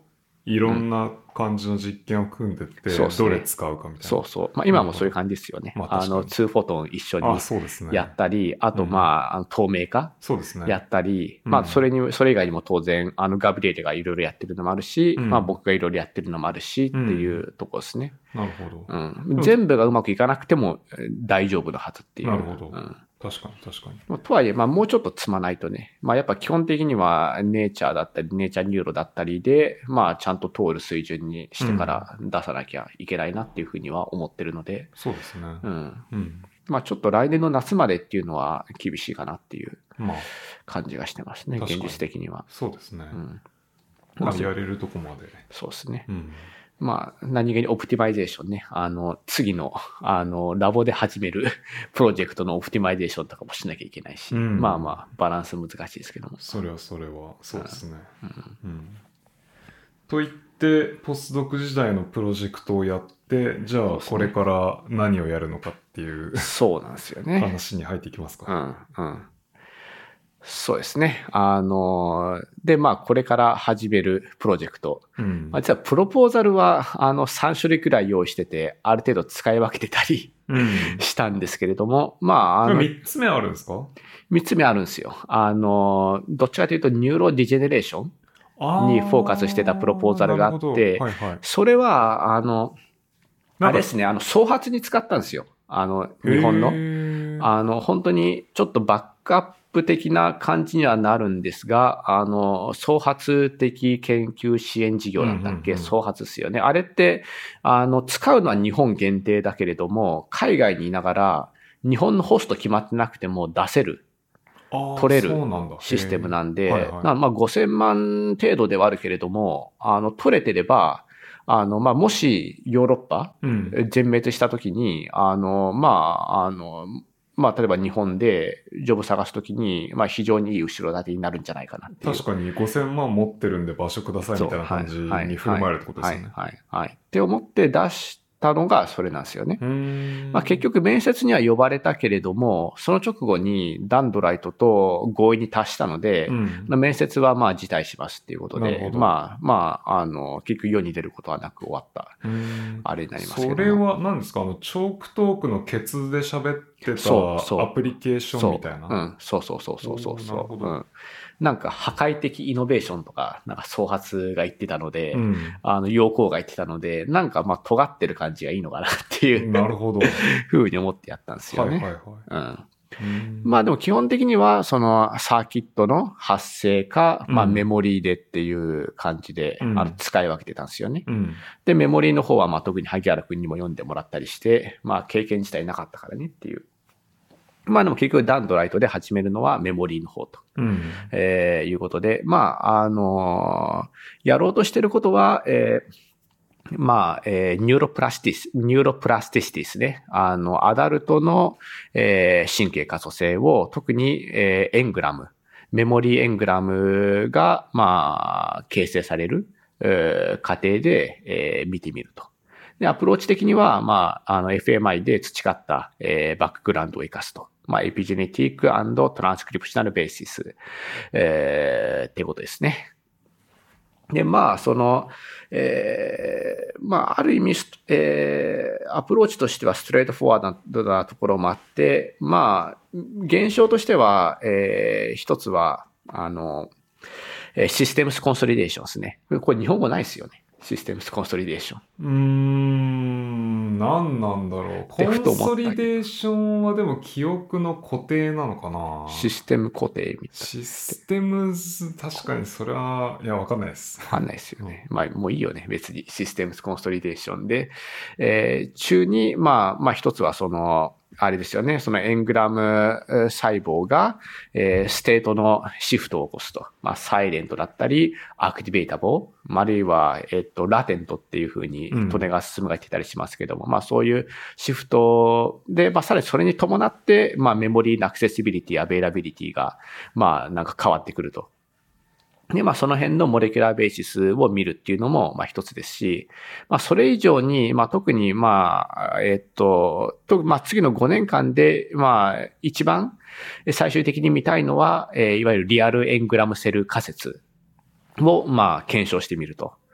いろんな感じの実験を組んでって、どれ使うかみたいな。 そうそう。まあ今もそういう感じですよね。2フォトン一緒にやったり、あと透明化やったり、まあそれ以外にも当然、ガブリエルがいろいろやってるのもあるし、まあ僕がいろいろやってるのもあるしっていうところですね。 なるほど。 全部がうまくいかなくても大丈夫なはずっていう。 なるほど。確かに。 とはいえ、まあもうちょっと積まないとね。まあやっぱ基本的にはネイチャーだったり、ネイチャーニューロだったりで、まあちゃんと通る水準にしてから出さなきゃいけないなっていうふうには思ってるので。 そうですね。 まあちょっと来年の夏までっていうのは厳しいかなっていう感じがしてますね。現実的には。 そうですね。まあやれるとこまで。 そうですね。まあ、何気にオプティマイゼーションね。次の、ラボで始めるプロジェクトのオプティマイゼーションとかもしなきゃいけないし、まあまあ、バランス難しいですけども。 それは、そうですね。と言って、ポスドク時代のプロジェクトをやって、じゃあ、これから何をやるのかっていう、 そうなんですよね。 話に入っていきますか。 そうですね。で、まあ、これから始めるプロジェクト。実は、プロポーザルは、3種類くらい用意してて、ある程度使い分けてたりしたんですけれども、まあ、 3つ目あるんですか？ 3 つ目あるんですよ。どっちかというと、ニューロディジェネレーションにフォーカスしてたプロポーザルがあって、それは、あれですね、創発に使ったんですよ。日本の。本当にちょっとバックアップ的な感じにはなるんですが、創発的研究支援事業なんだっけ、創発ですよね。あれって、使うのは日本限定だけれども、海外にいながら、日本のホスト決まってなくても出せる。取れるシステムなんで、まあ5000万程度ではあるけれども、取れてれば、まあ、もしヨーロッパ、全滅したときに、まあ、例えば日本でジョブ探すときに、まあ非常にいい後ろ盾になるんじゃないかなっていう。 確かに5000万持ってるんで場所くださいみたいな感じに振る舞えるってことですよね。 はい。って思って出したのがそれなんですよね。まあ結局面接には呼ばれたけれども、その直後にダンドライトと合意に達したので、面接はまあ辞退しますっていうことで、まあ、結局世に出ることはなく終わった、あれになりますけど。 それは何ですか？チョークトークのケツで喋ってたアプリケーションみたいな。 そう。なるほど。なんか破壊的イノベーションとか、なんか創発が言ってたので、陽光が言ってたので、なんかまあ尖ってる感じがいいのかなっていう。 なるほど。 ふうに思ってやったんですよね。まあでも基本的には、そのサーキットの発生か、まあメモリーでっていう感じで、使い分けてたんですよね。で、メモリーの方はまあ特に萩原くんにも読んでもらったりして、まあ経験自体なかったからねっていう。まあでも結局ダンドライトで始めるのはメモリーの方と、いうことで、まあ、やろうとしてることは、まあ、ニューロプラスティシティですね。アダルトの、神経可塑性を特に、エングラム、メモリーエングラムが、まあ、形成される、過程で、見てみると。で、アプローチ的には、まあ、FMI で培った、バックグラウンドを活かすと。まあ、エピジェネティック&トランスクリプショナルベーシス、ってことですね。で、まあ、まあ、ある意味、アプローチとしてはストレートフォワードなところもあって、まあ、現象としては、一つは、システムスコンソリデーションですね。これ日本語ないですよね。システムスコンソリデーション。 何なんだろう。コンソリデーションはでも記憶の固定なのかな。 システム固定みたいな。 システムズ、確かにそれは、いや、わかんないです。 わかんないですよね。まあ、もういいよね。別にシステムコンソリデーションで。中に、まあ一つはあれですよね。そのエングラム細胞が、ステートのシフトを起こすと。まあ、サイレントだったり、アクティベータボー、あるいは、ラテントっていうふうに、トネガススムが言ってたりしますけども、まあ、そういうシフトで、まあ、さらにそれに伴って、まあ、メモリーのアクセシビリティ、アベイラビリティが、まあ、なんか変わってくると。で、まあ、その辺のモレキュラーベーシスを見るっていうのも、まあ、一つですし、まあ、それ以上に、まあ、特に、まあ、まあ、次の5年間で、まあ、一番最終的に見たいのは、いわゆるリアルエングラムセル仮説を、まあ、検証してみると。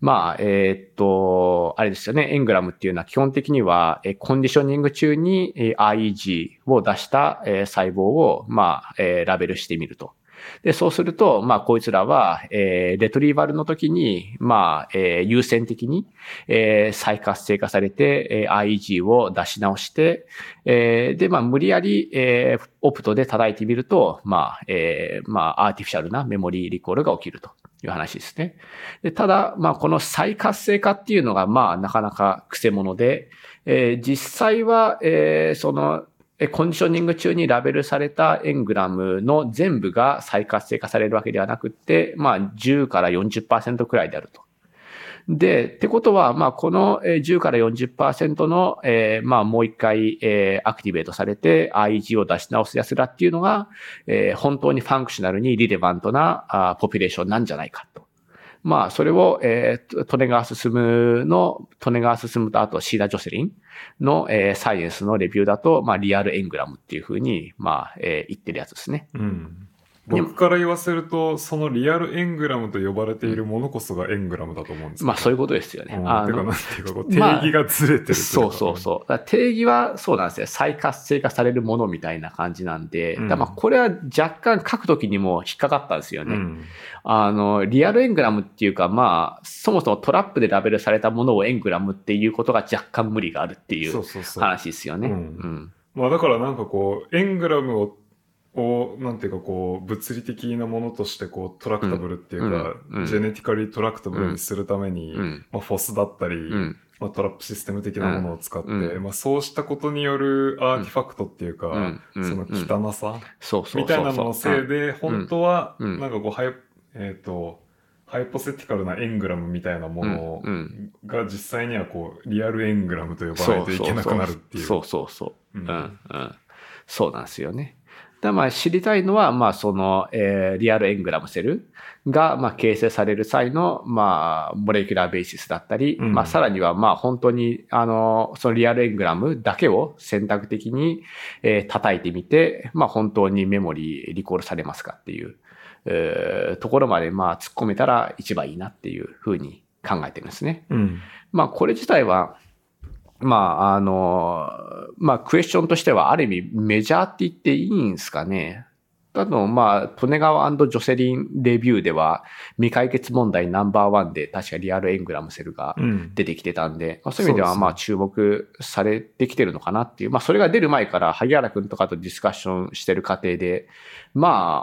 あれですよね、エングラムっていうのは基本的には、コンディショニング中に IEG を出した細胞を、ラベルしてみると。で、そうすると、こいつらは、レトリーバルの時に、優先的に、再活性化されて、IEG を出し直して、で、無理やり、オプトで叩いてみると、アーティフィシャルなメモリーリコールが起きるという話ですね。で、ただ、この再活性化っていうのが、なかなか癖者で、実際は、コンディショニング中にラベルされたエングラムの全部が再活性化されるわけではなくて、10から 40% くらいであると。で、ってことは、この10から 40% の、もう一回、アクティベートされて IEG を出し直す奴らっていうのが、本当にファンクショナルにリレバントなポピュレーションなんじゃないかと。それを、トネガーススムとあとシーダ・ジョセリンの、サイエンスのレビューだと、リアルエングラムっていうふうに、言ってるやつですね。 うん。僕から言わせると、そのリアルエングラムと呼ばれているものこそがエングラムだと思うんですけど。 そういうことですよね。 てか、なんていうか、定義がずれてるそう。定義はそうなんですよ。再活性化されるものみたいな感じなんで、これは若干書くときにも引っかかったんですよね。リアルエングラムっていうか、そもそもトラップでラベルされたものをエングラムっていうことが若干無理があるっていう話ですよね。 だからなんかエングラムをなんていうか物理的なものとしてトラクタブルっていうか、ジェネティカリートラクタブルにするために、フォスだったり、トラップシステム的なものを使って、そうしたことによるアーティファクトっていうか、その汚さみたいなののせいで、本当は、なんかハイポセティカルなエングラムみたいなものが実際にはリアルエングラムと呼ばないといけなくなるっていう。 そうなんですよね。知りたいのは、リアルエングラムセルが、形成される際の、モレキュラーベーシスだったり、さらには、本当に、そのリアルエングラムだけを選択的に、叩いてみて、本当にメモリーリコールされますかっていう、ところまで、突っ込めたら一番いいなっていうふうに考えてるんですね。これ自体は、クエスチョンとしてはある意味メジャーって言っていいんですかね。多分、トネガワ&ジョセリンレビューでは未解決問題ナンバー1で確かリアルエングラムセルが出てきてたんで、そういう意味では注目されてきてるのかなっていう。それが出る前から萩原くんとかとディスカッションしてる過程で、こ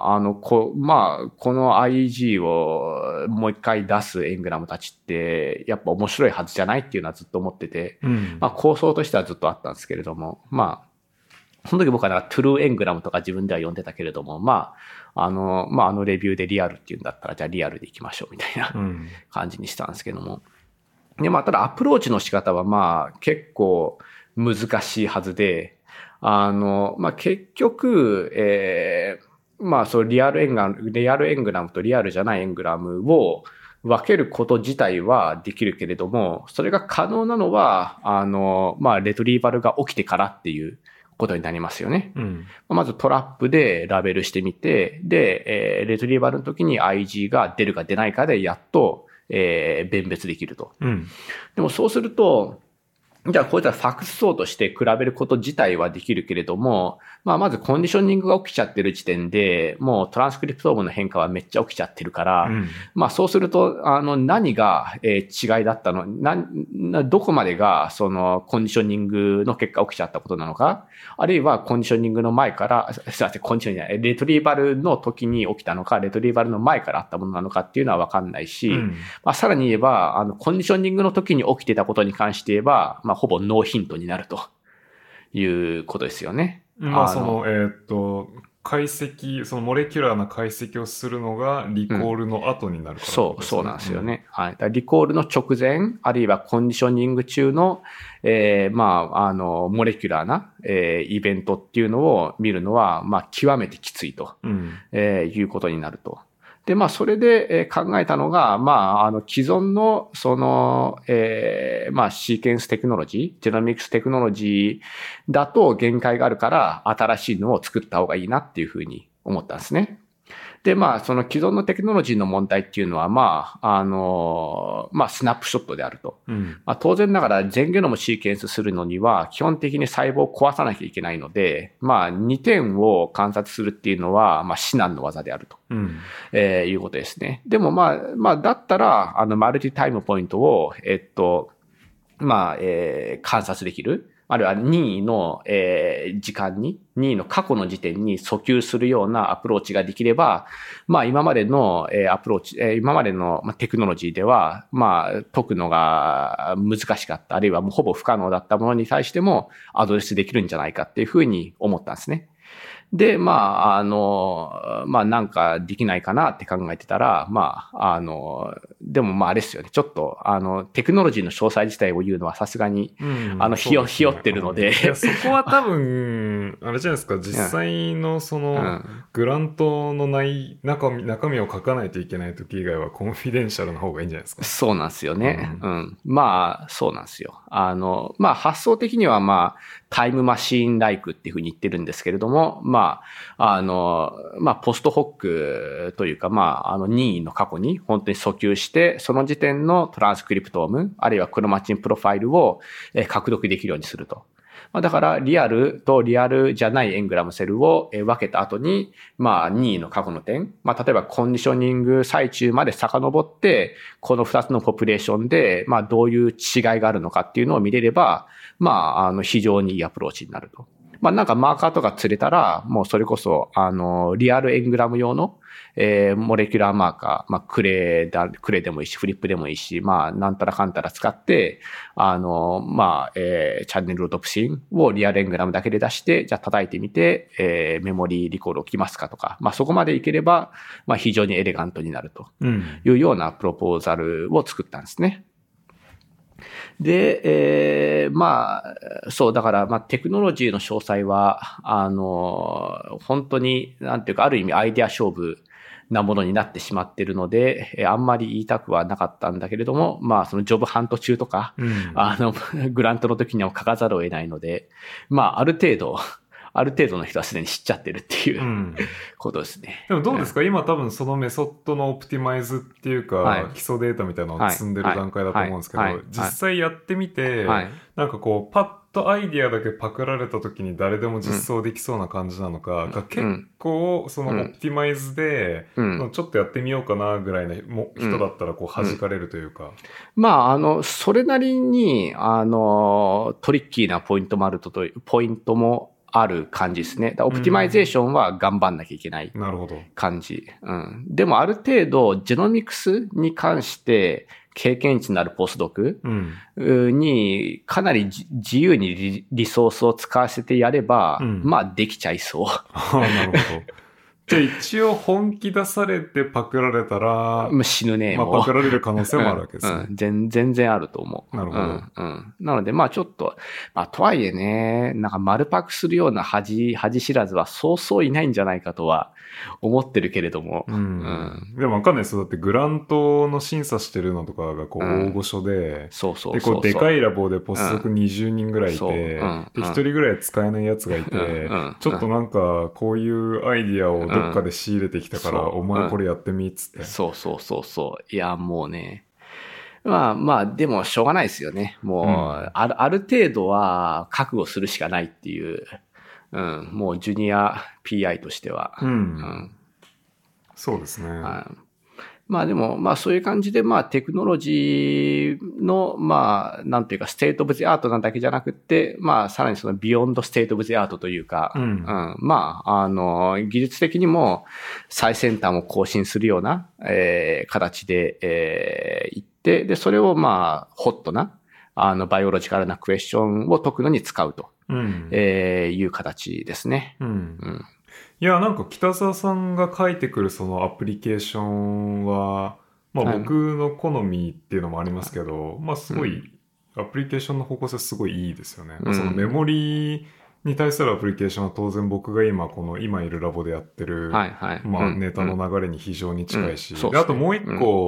の IEG をもう一回出すエングラムたちってやっぱ面白いはずじゃないっていうのはずっと思ってて、構想としてはずっとあったんですけれども、その時僕はなんかトゥルーエングラムとか自分では呼んでたけれども、あのレビューでリアルっていうんだったら、じゃあリアルでいきましょうみたいな感じにしたんですけども。で、ただアプローチの仕方は結構難しいはずで、結局、そうリアルエングラムとリアルじゃないエングラムを分けること自体はできるけれども、それが可能なのは、レトリーバルが起きてからっていうことになりますよね。まずトラップでラベルしてみて、で、レトリーバルの時に IG が出るか出ないかでやっと、弁別できると。でもそうすると、じゃあこういったファクス層として比べること自体はできるけれども、まずコンディショニングが起きちゃってる時点で、もうトランスクリプトームの変化はめっちゃ起きちゃってるから、そうすると、何が、違いだったの、どこまでが、その、コンディショニングの結果起きちゃったことなのか、あるいはコンディショニングの前から、コンディショニングじゃない、レトリーバルの時に起きたのか、レトリーバルの前からあったものなのかっていうのはわかんないし、さらに言えば、コンディショニングの時に起きてたことに関して言えば、ほぼノーヒントになるということですよね。 解析、そのモレキュラーな解析をするのがリコールの後になるから、ね、 そうなんですよね。はい。だリコールの直前、あるいはコンディショニング中の、モレキュラーな、イベントっていうのを見るのは、極めてきついと、いうことになると。で、それで考えたのが、既存の、その、シーケンステクノロジー、ジェノミクステクノロジーだと限界があるから、新しいのを作った方がいいなっていうふうに思ったんですね。 で、まあ、その既存のテクノロジーの問題っていうのは、まあ、まあ、スナップショットであると。まあ、当然ながら全ゲノムシーケンスするのには、基本的に細胞を壊さなきゃいけないので、まあ、2点を観察するっていうのは、まあ、至難の技であると。いうことですね。でもまあ、だったら、マルチタイムポイントを、まあ、観察できる。あるいは任意の、時間に、任意の過去の時点に訴求するようなアプローチができれば、まあ今までの、アプローチ、今までの、テクノロジーでは、まあ解くのが難しかった、あるいはもうほぼ不可能だったものに対してもアドレスできるんじゃないかっていうふうに思ったんですね。で、まあ、まあ、なんかできないかなって考えてたら、まあ、でもまあ、あれですよね。ちょっと、テクノロジーの詳細自体を言うのはさすがに、ひよってるので。 いや、そこは多分、あれじゃないですか、実際のその、グラントの中身を書かないといけない時以外はコンフィデンシャルの方がいいんじゃないですか。 そうなんですよね。まあ、そうなんですよ。まあ、発想的にはまあ、タイムマシーンライクっていうふうに言ってるんですけれども、まあ、まあ、ポストホックというか、まあ、任意の過去に本当に訴求して、その時点のトランスクリプトーム、あるいはクロマチンプロファイルを獲得できるようにすると。だから、リアルとリアルじゃないエングラムセルを分けた後に、まあ、任意の過去の点、まあ、例えばコンディショニング最中まで遡って、この2つのポピュレーションで、まあ、どういう違いがあるのかっていうのを見れれば、まあ、非常にいいアプローチになると。まあ、なんかマーカーとか釣れたら、もうそれこそ、リアルエングラム用の、モレキュラーマーカー、まあ、クレでもいいし、フリップでもいいし、まあ、なんたらかんたら使って、まあ、チャンネルロドプシンをリアルエングラムだけで出して、じゃあ叩いてみて、メモリーリコール起きますかとか、まあ、そこまでいければ、まあ、非常にエレガントになるというようなプロポーザルを作ったんですね。で、まあ、そう、だから、まあ、テクノロジーの詳細は、本当に、なんていうか、ある意味アイデア勝負なものになってしまっているので、あんまり言いたくはなかったんだけれども、まあ、そのジョブハント中とか、グラントの時には書かざるを得ないので、まあ、ある程度の人はすでに知っちゃってるっていうことですね。 でもどうですか、今多分そのメソッドのオプティマイズっていうか、基礎データみたいなのを積んでる段階だと思うんですけど、実際やってみて、なんかこう、パッとアイディアだけパクられた時に誰でも実装できそうな感じなのか、結構そのオプティマイズで、ちょっとやってみようかなぐらいの人だったらこう弾かれるというか。 まあ、それなりに、トリッキーなポイントもある感じですね。オプティマイゼーションは頑張んなきゃいけない感じ。でもある程度、ジェノミクスに関して経験値のあるポスドクにかなり自由にリソースを使わせてやれば、まあできちゃいそう。 なるほど。じゃあ一応本気出されてパクられたら、 死ぬね。 まあパクられる可能性もあるわけですね。 全然あると思う。 なるほど。 なのでまあちょっと、まあとはいえね、なんか丸パクするような恥知らずはそうそういないんじゃないかとは思ってるけれども。 でもわかんないですよ。だってグラントの審査してるのとかがこう大御所で、でこうでかいラボでポスドク20人ぐらいいて、1人ぐらい使えないやつがいて、ちょっとなんかこういうアイディアをどっかで仕入れてきたから、お前これやってみっつって。 そう。いや、もうね。まあ、でもしょうがないですよね。もう、ある程度は覚悟するしかないっていう、もうジュニア PI としては。 そうですね。 まあでも、まあそういう感じで、まあテクノロジーの、まあ、なんていうか、ステートオブザアートなだけじゃなくて、まあさらにそのビヨンドステートオブザアートというか、まあ、技術的にも最先端を更新するような、形で、いって、で、それをまあ、ホットな、バイオロジカルなクエスチョンを解くのに使うと、いう形ですね。 いや、なんか北澤さんが書いてくるそのアプリケーションは、まあ僕の好みっていうのもありますけど、まあすごい、アプリケーションの方向性すごいいいですよね。そのメモリに対するアプリケーションは当然僕が今いるラボでやってる、まあネタの流れに非常に近いし、あともう一個、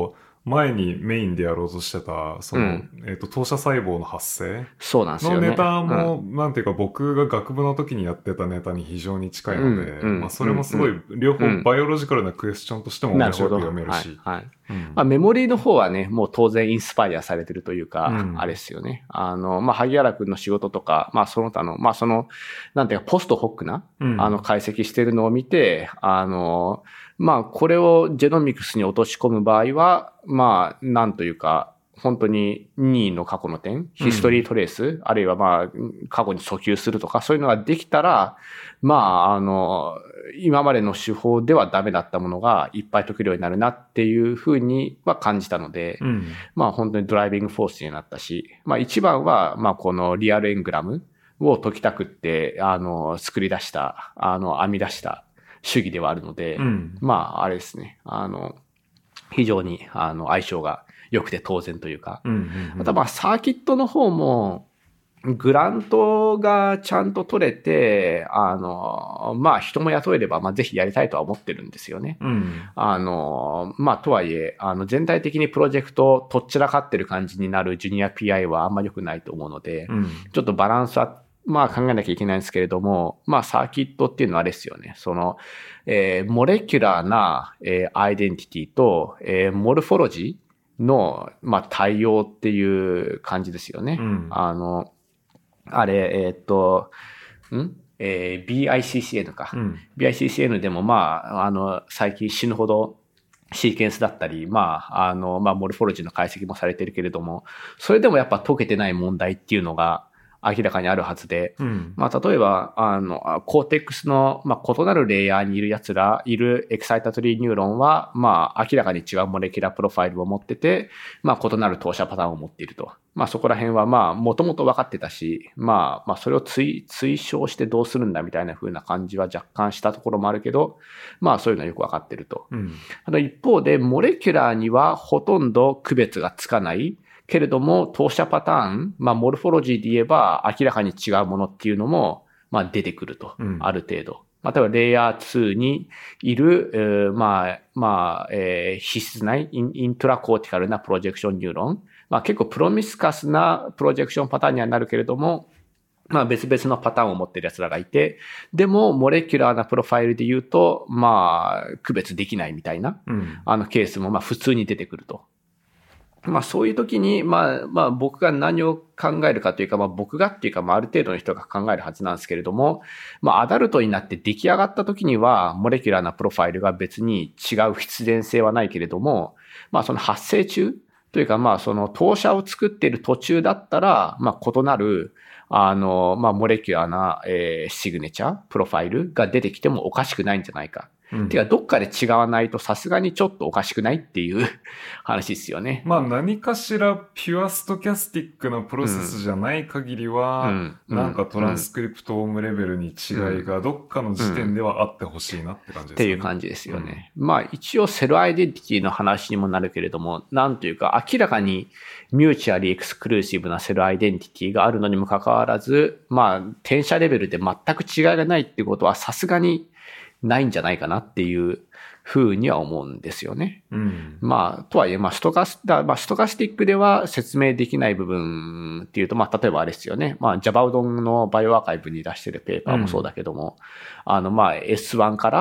前にメインでやろうとしてた、当射細胞の発生そうなんですよね。 のネタも、なんていうか僕が学部の時にやってたネタに非常に近いので、まあそれもすごい、両方バイオロジカルなクエスチョンとしても面白く読めるし。 はい。まあメモリーの方はね、もう当然インスパイアされてるというか、あれですよね。まあ萩原くんの仕事とか、まあその他の、まあなんていうかポストホックな、解析してるのを見て、まあ、これをジェノミクスに落とし込む場合は、まあ、なんというか、本当に任意の過去の点、ヒストリートレース、あるいはまあ、過去に訴求するとか、そういうのができたら、まあ、今までの手法ではダメだったものがいっぱい解けるようになるなっていうふうには感じたので、まあ本当にドライビングフォースになったし、まあ一番は、まあこのリアルエングラムを解きたくって、作り出した、編み出した主義ではあるので、まあ、あれですね。非常に、相性が良くて当然というか。あとまあ、サーキットの方も、グラントがちゃんと取れて、まあ、人も雇えれば、まあ、ぜひやりたいとは思ってるんですよね。まあ、とはいえ、全体的にプロジェクトとっちらかってる感じになるジュニア PI はあんま良くないと思うので、ちょっとバランスはまあ考えなきゃいけないんですけれども、まあサーキットっていうのはあれですよね。モレキュラーな、アイデンティティと、モルフォロジーの、まあ対応っていう感じですよね。BICCN か。BICCN でもまあ、最近死ぬほどシーケンスだったり、まあ、モルフォロジーの解析もされてるけれども、それでもやっぱ解けてない問題っていうのが、明らかにあるはずで、まあ、例えば、コーテックスの、まあ、異なるレイヤーにいる奴ら、いるエキサイタトリーニューロンは、まあ、明らかに違うモレキュラープロファイルを持ってて、まあ、異なる投射パターンを持っていると。まあ、そこら辺は、まあ、もともと分かってたし、まあ、それを推奨してどうするんだみたいな風な感じは若干したところもあるけど、まあ、そういうのはよく分かってると。一方で、モレキュラーにはほとんど区別がつかない。けれども、投射パターン、まあ、モルフォロジーで言えば、明らかに違うものっていうのも、まあ、出てくると。ある程度。例えば、レイヤー2にいる、必須ないイントラコーティカルなプロジェクションニューロン。まあ、結構プロミスカスなプロジェクションパターンにはなるけれども、まあ別々のパターンを持っている奴らがいて、でもモレキュラーなプロファイルで言うと、まあ区別できないみたいな、ケースもまあ普通に出てくると。まあそういう時に、まあ僕が何を考えるかというか、まあ僕がっていうか、まあある程度の人が考えるはずなんですけれども、まあアダルトになって出来上がった時には、モレキュラーなプロファイルが別に違う必然性はないけれども、まあその発生中というか、まあその投射を作っている途中だったら、まあ異なる、まあモレキュラーな、シグネチャー、プロファイルが出てきてもおかしくないんじゃないか。てか、どっかで違わないとさすがにちょっとおかしくないっていう話ですよね。 まあ何かしらピュアストキャスティックなプロセスじゃない限りは、なんかトランスクリプトームレベルに違いがどっかの時点ではあってほしいなって感じですよね。 っていう感じですよね。まあ一応セルアイデンティティの話にもなるけれども、なんというか明らかにミューチュアリーエクスクルーシブなセルアイデンティティがあるのにもかかわらず、まあ転写レベルで全く違いがないっていうことはさすがにないんじゃないかなっていうふうには思うんですよね。まあ、とはいえ、まあ、ストカスティックでは説明できない部分っていうと、まあ、例えばあれですよね。まあ、ジャバウドンのバイオアーカイブに出してるペーパーもそうだけども、まあ、S1 から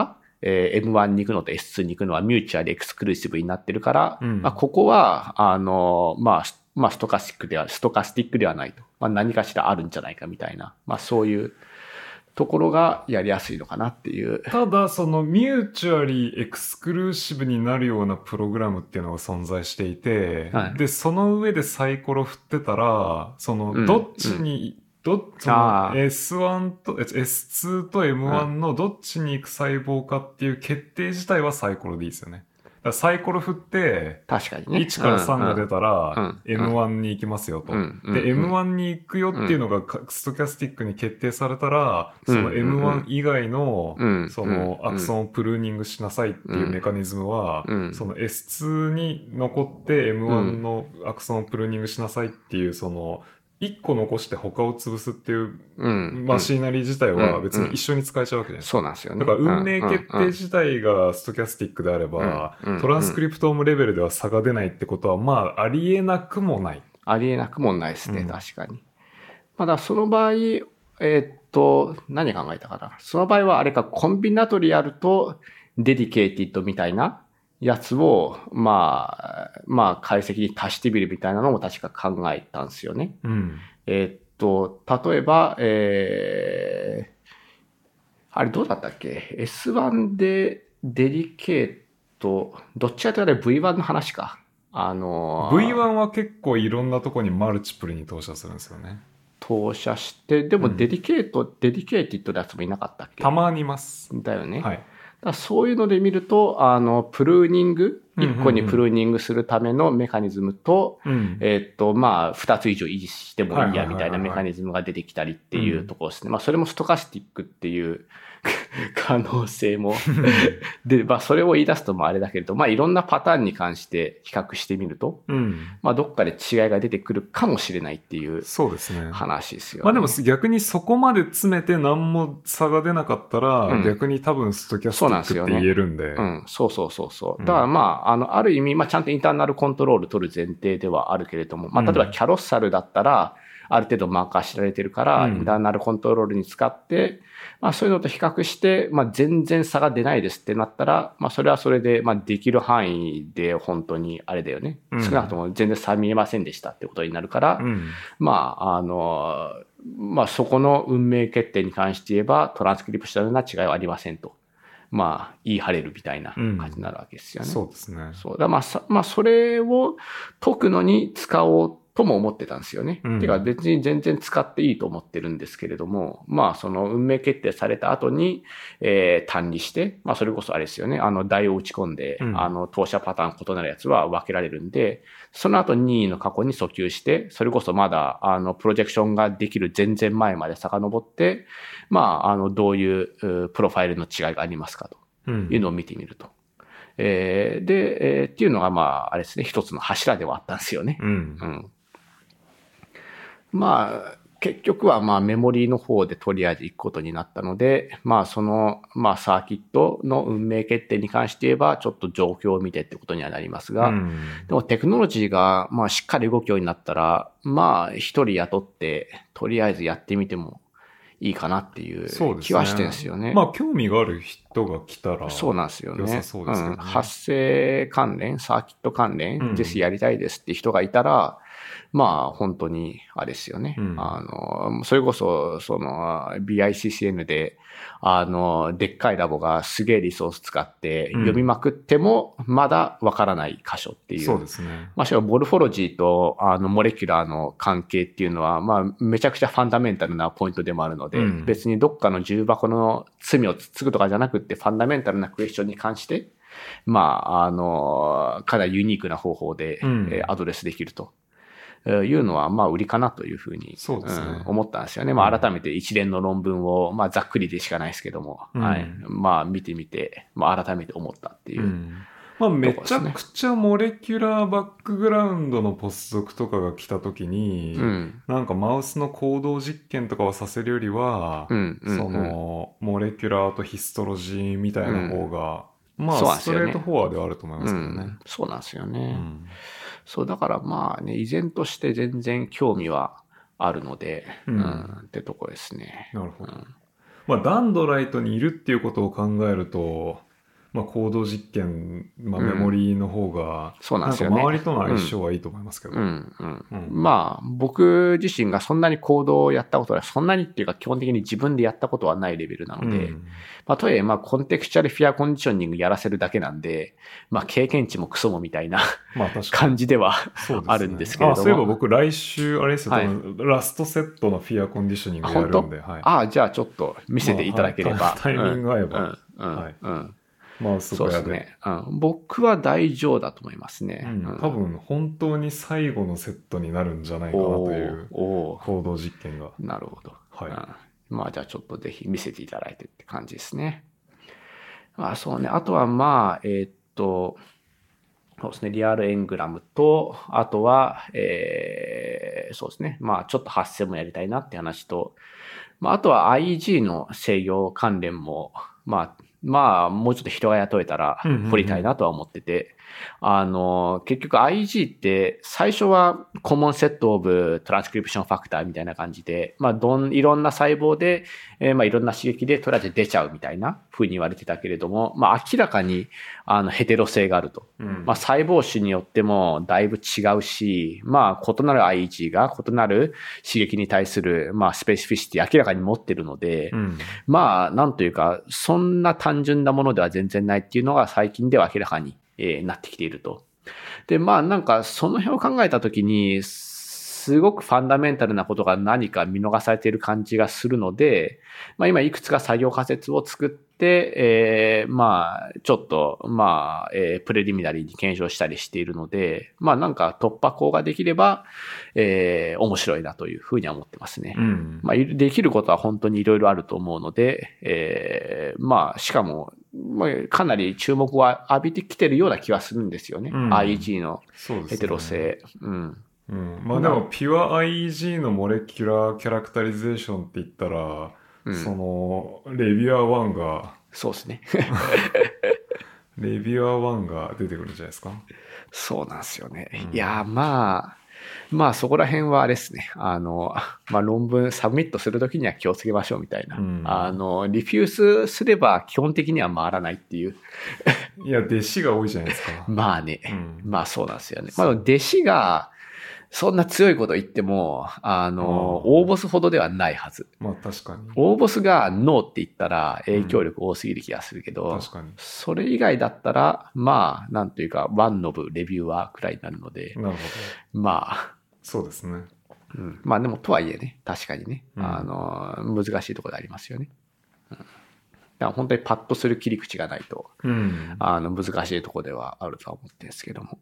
、M1 に行くのと S2 に行くのはミューチュアルエクスクルーシブになってるから、まあ、ここは、まあ、ストカスティックではないと。まあ、何かしらあるんじゃないかみたいな、まあ、そういう、ところがやりやすいのかなっていう。 ただ、そのミューチュアリーエクスクルーシブになるようなプログラムっていうのが存在していて、で、その上でサイコロ振ってたら、その、どっちに、S1 と、S2 と M1 のどっちに行く細胞かっていう決定自体はサイコロでいいですよね。サイコロ振って、 確かにね。 1から3が出たら、M1 に行きますよと。で、M1 に行くよっていうのがストキャスティックに決定されたら、その M1 以外の、そのアクソンをプルーニングしなさいっていうメカニズムは、その S2 に残って M1 のアクソンをプルーニングしなさいっていう、その、 1個残して他を潰すっていうマシナリー自体は別に一緒に使えちゃうわけじゃないですか。 そうなんですよね。 だから運命決定自体がストキャスティックであれば、トランスクリプトームレベルでは差が出ないってことは、まあ、ありえなくもない。 ありえなくもないですね、確かに。まだその場合、何考えたかな。その場合はあれか、コンビナトリアルとデディケイティッドみたいなやつを、まあ、解析に足してみるみたいなのも確か考えたんですよね。例えば、あれどうだったっけ ?S1 でデリケート、どっちかというと V1 の話か。 V1 は結構いろんなとこにマルチプルに投射するんですよね。 投射して、でもデリケーティッドのやつもいなかったっけ？ たまにいます。 だよね。 はい。 だそういうので見ると、プルーニング、1個にプルーニングするためのメカニズムと、まあ、2つ以上維持してもいいやみたいなメカニズムが出てきたりっていうところですね。まあ、それもストカスティックっていう可能性もで、まあ、それを言い出すともあれだけれど、まあ、いろんなパターンに関して比較してみると、まあ、どっかで違いが出てくるかもしれないっていう話ですよね。 まあ、でも逆にそこまで詰めて何も差が出なかったら、逆に多分ストキャスティックって言えるんで。 そう。だからまあ、ある意味、まあ、ちゃんとインターナルコントロール取る前提ではあるけれども、まあ、例えばキャロッサルだったら、ある程度マーカー知られてるから、インターナルコントロールに使って、まあそういうのと比較して、まあ全然差が出ないですってなったら、まあそれはそれで、まあできる範囲で本当にあれだよね。少なくとも全然差見えませんでしたってことになるから、まあまあそこの運命決定に関して言えば、トランスクリプショナルな違いはありませんと。まあ、言い張れるみたいな感じになるわけですよね。 そうですね。 そうだまあ、それを解くのに使おうとも思ってたんですよね。てか別に全然使っていいと思ってるんですけれども、まあその運命決定された後に、単にして、まあそれこそあれですよね、台を打ち込んで、投射パターン異なるやつは分けられるんで、その後任意の過去に訴求して、それこそまだプロジェクションができる全然前まで遡って、まあどういうプロファイルの違いがありますかというのを見てみると。で、っていうのがまああれですね、一つの柱ではあったんですよね。まあ、結局はまあメモリーの方でとりあえず行くことになったので、まあその、まあサーキットの運命決定に関して言えば、ちょっと状況を見てってことにはなりますが、でもテクノロジーがまあしっかり動くようになったら、まあ一人雇って、とりあえずやってみてもいいかなっていう気はしてるんですよね。 まあ興味がある人が来たら、 そうなんですよね。 良さそうですけどね。 発生関連、サーキット関連、ぜひやりたいですって人がいたら、まあ、本当に、あれですよね。それこそ、BICCN で、でっかいラボがすげえリソース使って読みまくっても、まだわからない箇所っていう。 そうですね。 まあ、しかもボルフォロジーと、モレキュラーの関係っていうのは、まあ、めちゃくちゃファンダメンタルなポイントでもあるので、別にどっかの重箱の罪をつつくとかじゃなくって、ファンダメンタルなクエスチョンに関して、まあ、かなりユニークな方法で、アドレスできると。いうのは、まあ、売りかなというふうに、思ったんですよね。まあ、改めて一連の論文を、まあ、ざっくりでしかないですけども、はい。まあ、見てみて、まあ、改めて思ったっていう。 まあ、めちゃくちゃモレキュラーバックグラウンドのポスドクとかが来たときに、なんかマウスの行動実験とかをさせるよりは、モレキュラーとヒストロジーみたいな方が、まあ、ストレートフォワーではあると思いますけどね。 そうなんですよね。そう、だからまあね、依然として全然興味はあるので、ってとこですね。 なるほど。まあ、ダンドライトにいるっていうことを考えると、まあ、行動実験、まあ、メモリーの方が、 そうなんですよね。 周りとの相性はいいと思いますけど。 まあ、僕自身がそんなに行動をやったことは、そんなにっていうか基本的に自分でやったことはないレベルなので、まあ、とはいえ、まあ、コンテクチャルフィアコンディショニングやらせるだけなんで、まあ、経験値もクソもみたいな感じではあるんですけれども。 そういえば僕来週、あれですよ、ラストセットのフィアコンディショニングやるんで。 じゃあちょっと見せていただければ。 タイミング合えば。まあ、 そうですね。僕は大丈夫だと思いますね。 多分、本当に最後のセットになるんじゃないかなという行動実験が。 なるほど。まあ、じゃあちょっとぜひ見せていただいてって感じですね。そうね。あとは、まあ、 そうですね、リアルエングラムと、あとは、そうですね、まあちょっと発生もやりたいなって話と、まああとは IEG の制御関連も、まあもうちょっと人が雇えたら掘りたいなとは思ってて、結局 IEG って最初はコモンセットオブトランスクリプションファクターみたいな感じで、まあいろんな細胞で、まあいろんな刺激でとりあえず出ちゃうみたいな風に言われてたけれども、まあ明らかにヘテロ性があると。まあ細胞種によってもだいぶ違うし、まあ異なる IEG が異なる刺激に対するまあスペシフィシティ明らかに持ってるので、まあなんというかそんな単純なものでは全然ないっていうのが最近では明らかになってきていると。で、まあなんかその辺を考えたときに、すごくファンダメンタルなことが何か見逃されている感じがするので、まあ今いくつか作業仮説を作って、まあちょっと、まあ、プレリミナリーに検証したりしているので、まあなんか突破口ができれば、面白いなというふうには思ってますね。まあできることは本当にいろいろあると思うので、まあしかも、まあ、かなり注目は浴びてきてるような気はするんですよね。IEG のヘテロ性。 まあでも、ピュア IEG のモレキュラーキャラクタリゼーションって言ったら、その、レビュアー1が、 そうですね。 レビュアー1が出てくるんじゃないですか。 そうなんですよね。いや、まあそこら辺はあれですね。まあ論文サブミットするときには気をつけましょうみたいな。リフュースすれば基本的には回らないっていう。 いや、弟子が多いじゃないですか。 まあね。まあそうなんですよね。まあ弟子が、そんな強いこと言っても、大ボスほどではないはず。 まあ確かに。 大ボスがノーって言ったら影響力多すぎる気がするけど、 確かに。 それ以外だったら、まあ、なんというか、ワンノブレビューワーくらいになるので、 なるほど。まあ。 そうですね。 まあでも、とはいえね、確かにね、難しいところでありますよね。だから本当にパッとする切り口がないと、難しいところではあるとは思ってるんですけども。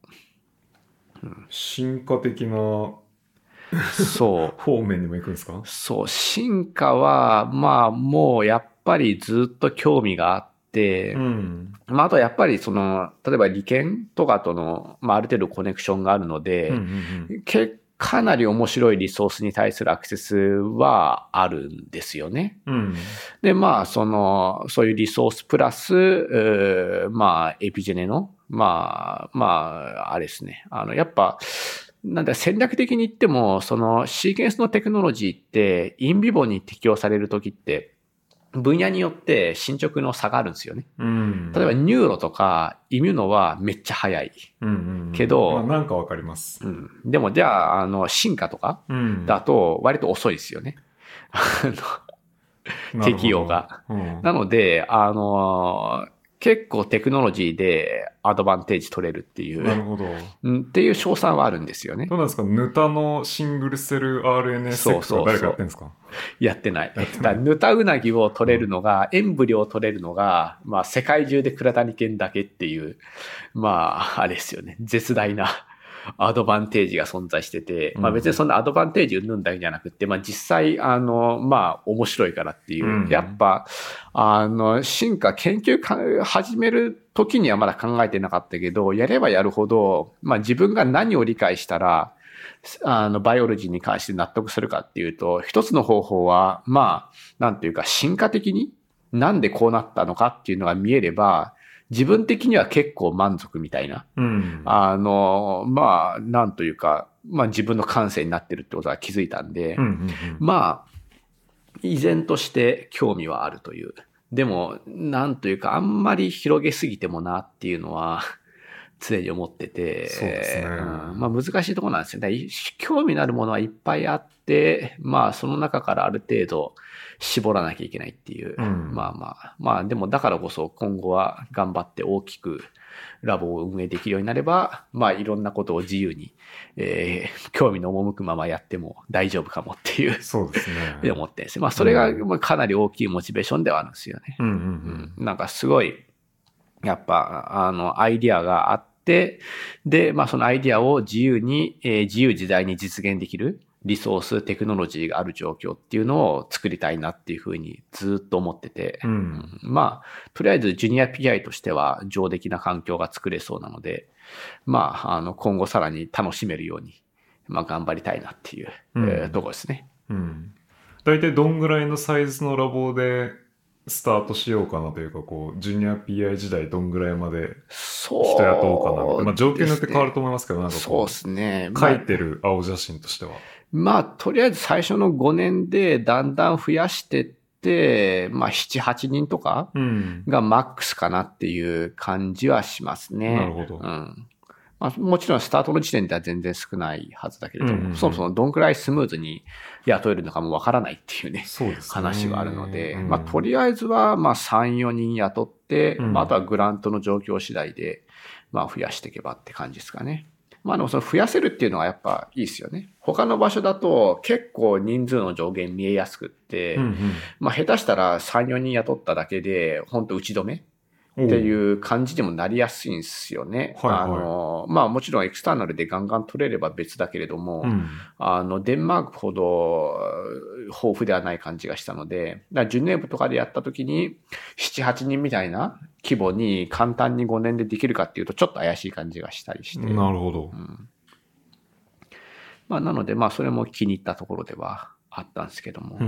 進化的なそう方面にも行くんですか？ そう、進化は、まあもうやっぱりずっと興味があって、まああとはやっぱりその、例えば利権とかとの、まあある程度コネクションがあるので、かなり面白いリソースに対するアクセスはあるんですよね。で、まあそういうリソースプラス、まあエピジェネの、まあ、あれですね。やっぱ、なんだ、戦略的に言っても、そのシーケンスのテクノロジーって、インビボに適用されるときって、分野によって進捗の差があるんですよね。例えばニューロとかイミュノはめっちゃ早い。けど、 なんかわかります。 でもじゃあ、進化とかだと割と遅いですよね。適用が。なので、結構テクノロジーでアドバンテージ取れるっていう。 なるほど。 っていう賞賛はあるんですよね。 どうなんですか？ヌタのシングルセル RNA セクトは誰かやってんですか？ やってない。ヌタウナギを取れるのが、エンブリオを取れるのが、まあ世界中でクラタニケンだけっていう、まあ、あれですよね。絶大なアドバンテージが存在してて、まあ別にそんなアドバンテージ云々だけじゃなくて、まあ実際、まあ面白いからっていう、やっぱ、進化研究始める時にはまだ考えてなかったけど、やればやるほど、まあ自分が何を理解したら、バイオロジーに関して納得するかっていうと、一つの方法は、まあ、なんていうか進化的になんでこうなったのかっていうのが見えれば、自分的には結構満足みたいな。まあ、なんというか、まあ自分の感性になってるってことは気づいたんで、まあ、依然として興味はあるという。でも、なんというか、あんまり広げすぎてもなっていうのは、常に思ってて、 そうですね。 まあ難しいところなんですよね。興味のあるものはいっぱいあって、まあその中からある程度絞らなきゃいけないっていう。まあでもだからこそ今後は頑張って大きくラボを運営できるようになれば、まあいろんなことを自由に、興味の赴くままやっても大丈夫かもっていう。 そうですね。 思ってですね。まあそれがかなり大きいモチベーションではあるんですよね。なんかすごい、やっぱ、アイディアがあって、で、まあそのアイディアを自由自在に実現できる。 リソース、テクノロジーがある状況っていうのを作りたいなっていうふうにずっと思ってて、まあ、とりあえずジュニア PI としては上出来な環境が作れそうなので、まあ、今後さらに楽しめるように、まあ、頑張りたいなっていう、ところですね。 大体どんぐらいのサイズのラボでスタートしようかなというか、こう、ジュニア PI 時代どんぐらいまで人雇おうかなみたいな。まあ、条件によって変わると思いますけど、なんかこう、 そうですね。 書いてる青写真としては。 まあ、とりあえず最初の5年でだんだん増やしてって、まあ、7、8人とかがマックスかなっていう感じはしますね。 なるほど。 まあ、もちろんスタートの時点では全然少ないはずだけれども、そもそもどんくらいスムーズに雇えるのかもわからないっていうね、話があるので、まあ、とりあえずは、まあ、3、4人雇って、まあ、あとはグラントの状況次第で、まあ、増やしていけばって感じですかね。まあでもその増やせるっていうのはやっぱいいですよね。他の場所だと結構人数の上限見えやすくって、まあ下手したら3、4人雇っただけで本当打ち止めっていう感じでもなりやすいんですよね。まあもちろんエクスターナルでガンガン取れれば別だけれども、デンマークほど豊富ではない感じがしたので、だからジュネーブとかでやった時に7、8人みたいな規模に簡単に5年でできるかっていうとちょっと怪しい感じがしたりして。 なるほど。 まあなのでまあそれも気に入ったところではあったんですけども。そう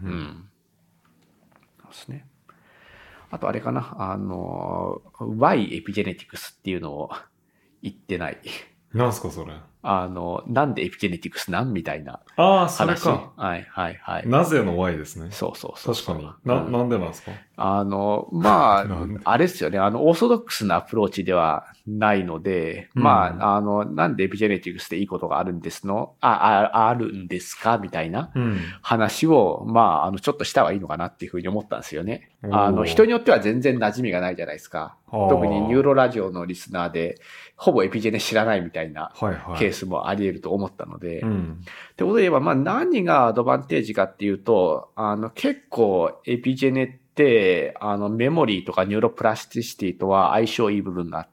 ですね。あとあれかな、Y エピジェネティクスっていうのを言ってない。 なんすかそれ。 なんでエピジェネティクスなんみたいな話。 ああ、それか。 はいはいはい。 なぜの Y ですね。 そうそうそう。 確かに。なんでなんですか？ まあ、あれですよね。オーソドックスなアプローチではないので、まあ、なんでエピジェネティクスでいいことがあるんですの？あるんですかみたいな話を、まあ、ちょっとした方がいいのかなっていうふうに思ったんですよね。人によっては全然馴染みがないじゃないですか。特にニューロラジオのリスナーで、ほぼエピジェネ知らないみたいなケースもあり得ると思ったので。ってことで言えば、まあ何がアドバンテージかっていうと、結構エピジェネって、メモリーとかニューロプラスティシティとは相性いい部分があって、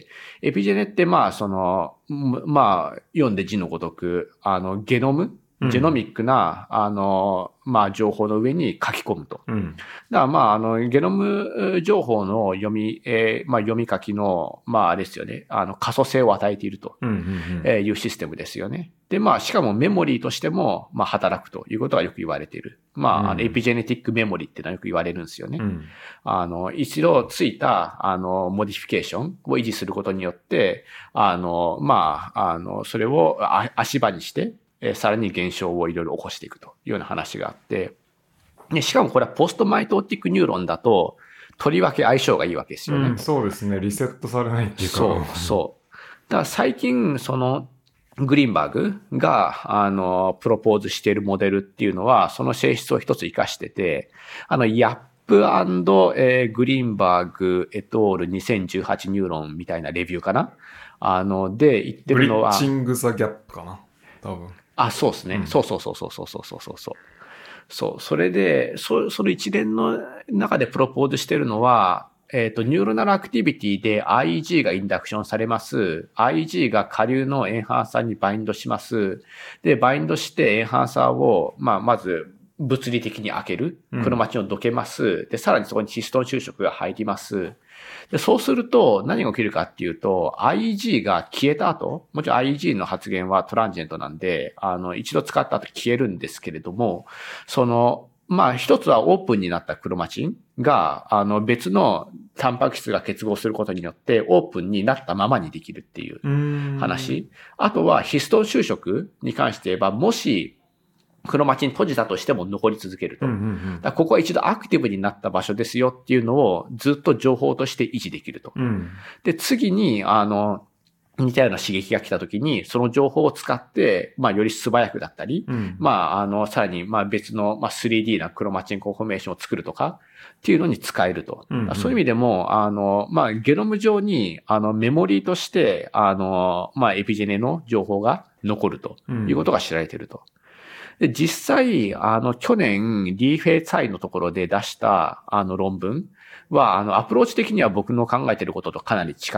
エピジェネってまあまあ読んで字のごとく、ゲノムジェノミックな、まあ、情報の上に書き込むと。だからまあ、ゲノム情報の読み、まあ、読み書きの、まあ、あれですよね。可塑性を与えているというシステムですよね。で、まあ、しかもメモリーとしても、まあ、働くということがよく言われている。まあ、エピジェネティックメモリーっていうのはよく言われるんですよね。一度ついた、モディフィケーションを維持することによって、まあ、それを足場にして、さらに現象をいろいろ起こしていくというような話があって、でしかもこれはポストマイトーティックニューロンだと、とりわけ相性がいいわけですよね。 そうですね。リセットされないっていうか。 そう。だから最近、グリーンバーグが、プロポーズしているモデルっていうのは、その性質を一つ活かしてて、ヤップ&グリーンバーグエトール2018ニューロンみたいなレビューかなで言ってるのは。 ブリッチング・ザ・ギャップかな多分。 そうですね。そう。それで、その一連の中でプロポーズしてるのは、ニューロナルアクティビティで IEG がインダクションされます。IEG が下流のエンハンサーにバインドします。で、バインドしてエンハンサーを、まず、物理的に開ける。クロマチンをどけます。で、さらにそこにヒストン収縮が入ります。で、そうすると何が起きるかっていうと、IEG が消えた後、もちろん IEG の発現はトランジェントなんで、一度使った後消えるんですけれども、まあ一つはオープンになったクロマチンが、別のタンパク質が結合することによってオープンになったままにできるっていう話。あとはヒストン収縮に関して言えば、もしクロマチン閉じたとしても残り続けると。だここは一度アクティブになった場所ですよっていうのをずっと情報として維持できると。で、次に、似たような刺激が来たときに、その情報を使って、まあ、より素早くだったり、まあ、さらに、まあ、別の、まあ、3D なクロマチンコンフォーメーションを作るとか、っていうのに使えると。そういう意味でも、まあ、ゲノム上に、メモリーとして、まあ、エピジェネの情報が残るということが知られていると。で、実際、去年、リーフェイツァイのところで出した、論文は、アプローチ的には僕の考えていることとかなり近くって、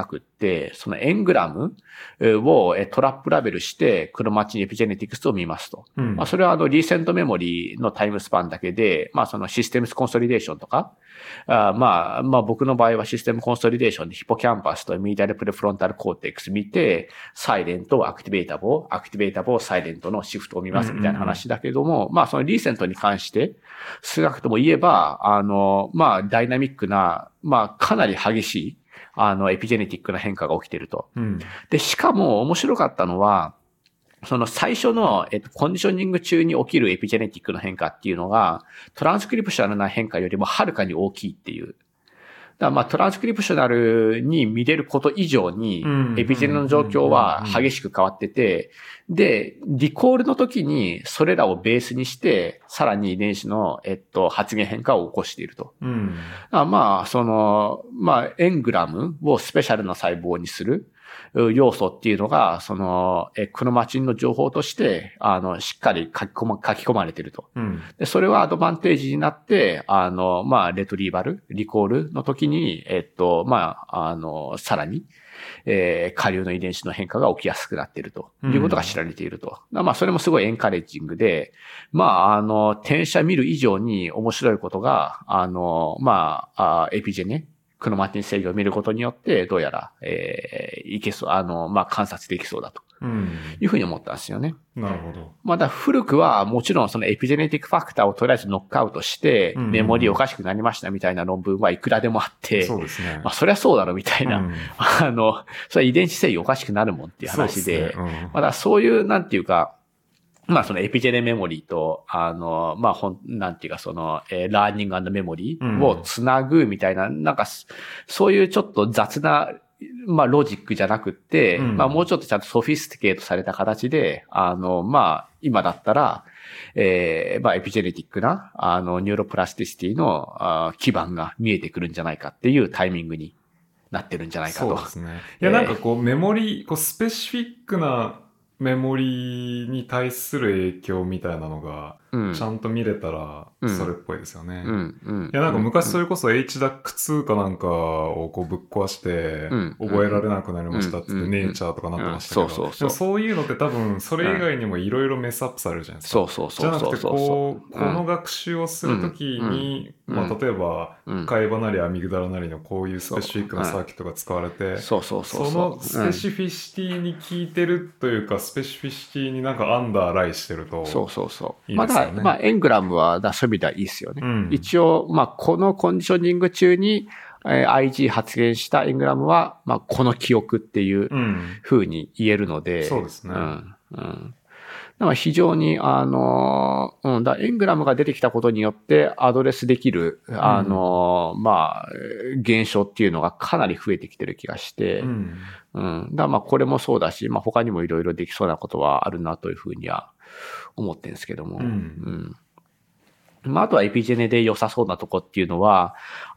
て、そのエングラムをトラップラベルして、クロマチンエピジェネティクスを見ますと。まあ、それはリーセントメモリのタイムスパンだけで、まあ、そのシステムコンソリデーションとか、まあ僕の場合はシステムコンソリデーションでヒポキャンパスとミディアルプレフロンタルコーテックス見て、サイレント、アクティベータブル、サイレントのシフトを見ますみたいな話だけども、まあそのリーセントに関して、少なくとも言えば、まあダイナミックな、まあかなり激しい、エピジェネティックな変化が起きていると。で、しかも面白かったのは、その最初の、コンディショニング中に起きるエピジェネティックの変化っていうのが、トランスクリプショナルな変化よりもはるかに大きいっていう。だからまあトランスクリプショナルに見れること以上に、エピジェネの状況は激しく変わってて、で、リコールの時にそれらをベースにして、さらに遺伝子の、発現変化を起こしていると。まあ、まあ、エングラムをスペシャルな細胞にする。要素っていうのが、クロマチンの情報として、しっかり書き込まれていると。で、それはアドバンテージになって、まあ、リコールの時に、まあ、さらに、下流の遺伝子の変化が起きやすくなっているということが知られていると。まあ、それもすごいエンカレッジングで、まあ、転写見る以上に面白いことが、まあ、エピジェネ、クロマティン制御を見ることによって、どうやら、いけそう、まあ、観察できそうだと。いうふうに思ったんですよね。 なるほど。 まだ古くはもちろんそのエピジェネティックファクターをとりあえずノックアウトして、メモリーおかしくなりましたみたいな論文はいくらでもあって、 そうですね。 まあそりゃそうだろみたいな、それは遺伝子制御おかしくなるもんっていう話で、まだそういうなんていうか、まあそのエピジェネメモリーと、まあなんていうかラーニング&メモリーをつなぐみたいな、なんか、そういうちょっと雑な、まあロジックじゃなくって、まあもうちょっとちゃんとソフィスティケートされた形で、まあ今だったら、まあエピジェネティックな、ニューロプラスティシティの基盤が見えてくるんじゃないかっていうタイミングになってるんじゃないかと。 そうですね。いやなんかメモリー、スペシフィックなメモリに対する影響みたいなのがちゃんと見れたらそれっぽいですよね。いやなんか昔それこそ HDAC2 かなんかをぶっ壊して覚えられなくなりましたってネイチャーとかなってましたけど、でもそういうのって多分それ以外にもいろいろメスアップされるじゃないですか。じゃなくてこの学習をするときに、まあ例えば海馬なりアミグダラなりのこういうスペシフィックなサーキットが使われて、そのスペシフィシティに効いてるというかスペシフィシティになんかアンダーライしてるといいですよね。 まだ、まあ、エングラムは、そういう意味ではいいですよね。一応、まあ、このコンディショニング中に、IG 発言したエングラムは、まあ、この記憶っていう風に言えるので。 そうですね。 だから非常に、エングラムが出てきたことによってアドレスできる、まあ、現象っていうのがかなり増えてきてる気がして、だからまあこれもそうだし、まあ他にもいろいろできそうなことはあるなというふうには思ってるんですけども。まあ、あとはエピジェネで良さそうなとこっていうのは、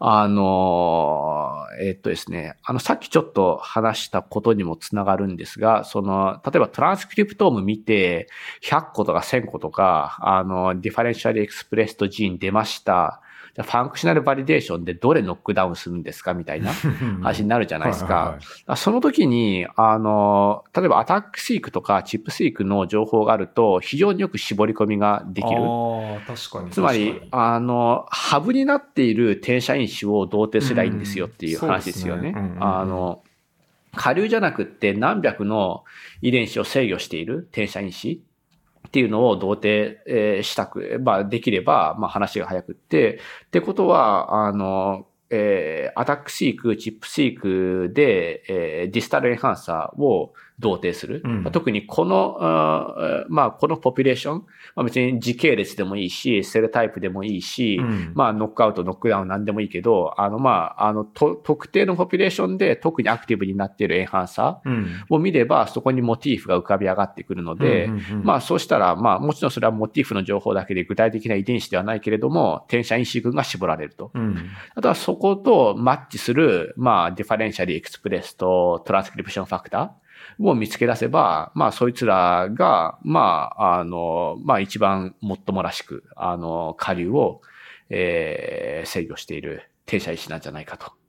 ですね、さっきちょっと話したことにもつながるんですが、例えばトランスクリプトーム見て、100個とか1000個とか、ディファレンシャルエクスプレストジーン出ました。ファンクショナルバリデーションでどれノックダウンするんですかみたいな話になるじゃないですか。その時に、例えばアタックシークとかチップシークの情報があると非常によく絞り込みができる。 確かに。 つまり、ハブになっている転写因子を同定すればいいんですよっていう話ですよね。下流じゃなくって何百の遺伝子を制御している転写因子っていうのを同定したく、まあできれば、まあ話が早くって、ってことは、アタックシーク、チップシークで、ディスタルエンハンサーを同定する。特にこの、まあこのポピュレーション、まあ別に時系列でもいいし、セルタイプでもいいし、まあノックアウト、ノックダウンなんでもいいけど、まあ特定のポピュレーションで特にアクティブになっているエンハンサーを見れば、そこにモチーフが浮かび上がってくるので、まあそうしたら、まあもちろんそれはモチーフの情報だけで具体的な遺伝子ではないけれども、転写因子群が絞られると。あとはそことマッチする、まあディファレンシャリーエクスプレスとトランスクリプションファクターを見つけ出せば、まあそいつらが、まあまあ一番もっともらしく、下流を、制御している転写因子なんじゃないかと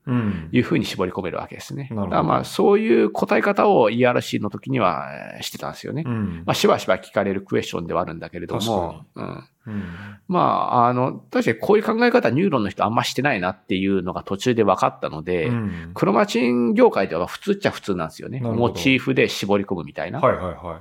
いうふうに絞り込めるわけですね。 だからまあそういう答え方を ERC の時にはしてたんですよね。まあしばしば聞かれるクエスチョンではあるんだけれども、まあ、確かにこういう考え方ニューロンの人あんましてないなっていうのが途中で分かったので、クロマチン業界では普通っちゃ普通なんですよね。モチーフで絞り込むみたいな。 はいはいはい。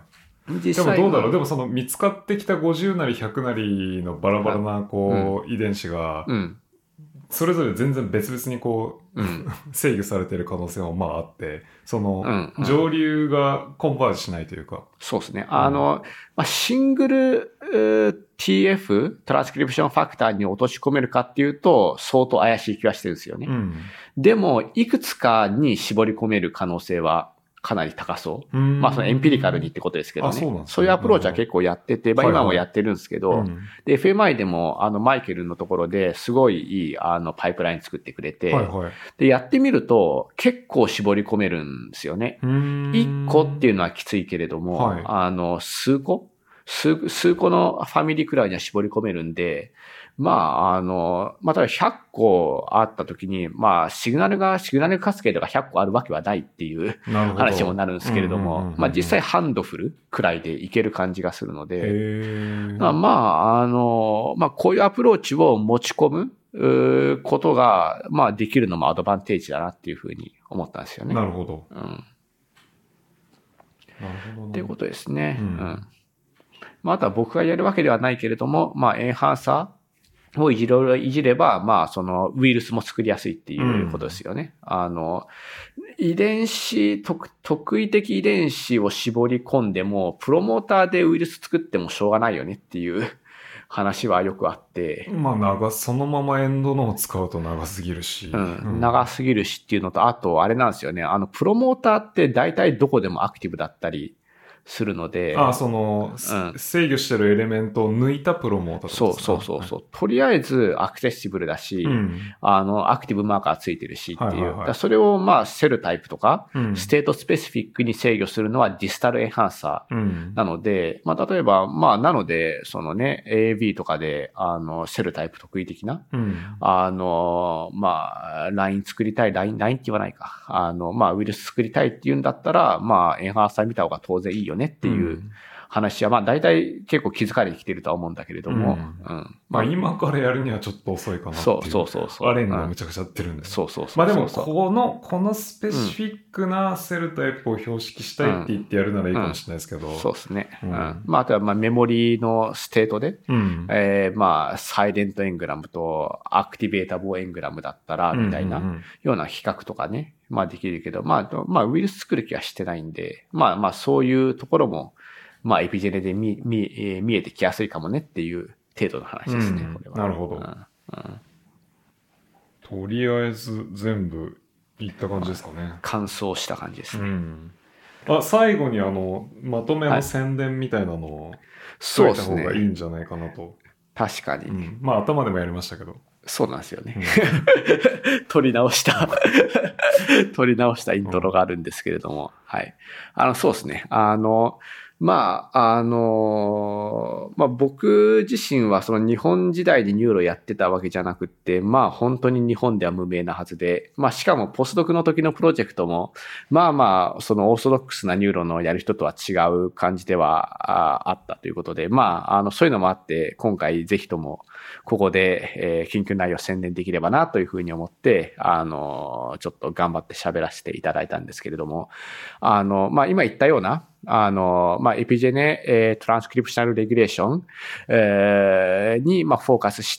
でもどうだろう、でもその見つかってきた50なり100なりのバラバラなこう、遺伝子が、それぞれ全然別々にこう、制御されている可能性もまああって、その、上流がコンバージしないというか。 そうですね。まあ、シングル TF、トランスクリプションファクターに落とし込めるかっていうと、相当怪しい気はしてるんですよね。でも、いくつかに絞り込める可能性はかなり高そう。まあそのエンピリカルにってことですけどね。そういうアプローチは結構やってて、まあ今もやってるんですけど、で、FMI でもマイケルのところですごいいいパイプライン作ってくれて、で、やってみると結構絞り込めるんですよね。1個っていうのはきついけれども、数個のファミリーくらいには絞り込めるんで、まあ、まあ、例えば100個あったときに、まあ、シグナルカスケードが100個あるわけはないっていう話もなるんですけれども、まあ実際ハンドフルくらいでいける感じがするので、まあ、まあ、こういうアプローチを持ち込むことが、まあできるのもアドバンテージだなっていうふうに思ったんですよね。 なるほど。 なるほど。っていうことですね。まあ、あとは僕がやるわけではないけれども、まあ、エンハンサー、をいじれば、まあ、その、ウイルスも作りやすいっていうことですよね。遺伝子、特異的遺伝子を絞り込んでも、プロモーターでウイルス作ってもしょうがないよねっていう話はよくあって。 まあ、そのままエンドのを使うと長すぎるし。 長すぎるしっていうのと、あと、あれなんですよね。プロモーターって大体どこでもアクティブだったり、するので。 その、制御してるエレメントを抜いたプロモーターとかですか？ そう。とりあえずアクセシブルだし、アクティブマーカーついてるしっていう。それをまあ、セルタイプとか、ステートスペシフィックに制御するのはディスタルエンハンサーなので、まあ、例えば、まあ、なので、そのね、AAV とかで、セルタイプ特異的な、まあ、ライン作りたい、ラインって言わないか。まあ、ウイルス作りたいっていうんだったら、まあ、エンハンサー見た方が当然いいよねっていう話は、まあ大体結構気づかれてきてるとは思うんだけれども。 まあ今からやるにはちょっと遅いかなっていう。 そう。 アレンがむちゃくちゃやってるんで。 そう。 まあでも、このスペシフィックなセルタイプを標識したいって言ってやるならいいかもしれないですけど。 そうですね。まああとはまあメモリのステートで、まあサイレントエングラムとアクティベータボーエングラムだったら、みたいなような比較とかね。まあできるけど、まあウイルス作る気はしてないんで、まあそういうところも、まあエピジェネで見えてきやすいかもねっていう程度の話ですね、これは。 なるほど。とりあえず全部いった感じですかね。 完走した感じですね。 最後にまとめの宣伝みたいなのをしといた方がいいんじゃないかなと。 確かに。 まあ頭でもやりましたけど。 そうなんですよね。取り直したイントロがあるんですけれども。はい。そうですね。まあ、僕自身はその日本時代にニューロやってたわけじゃなくって、まあ本当に日本では無名なはずで、まあしかもポスドクの時のプロジェクトも、まあそのオーソドックスなニューロのやる人とは違う感じではあったということで、まあそういうのもあって、今回ぜひともここで、研究内容を宣伝できればなというふうに思って、ちょっと頑張って喋らせていただいたんですけれども、まあ今言ったような、まあ、エピジェネ、トランスクリプショナルレギュレーション、に、まあ、フォーカスして、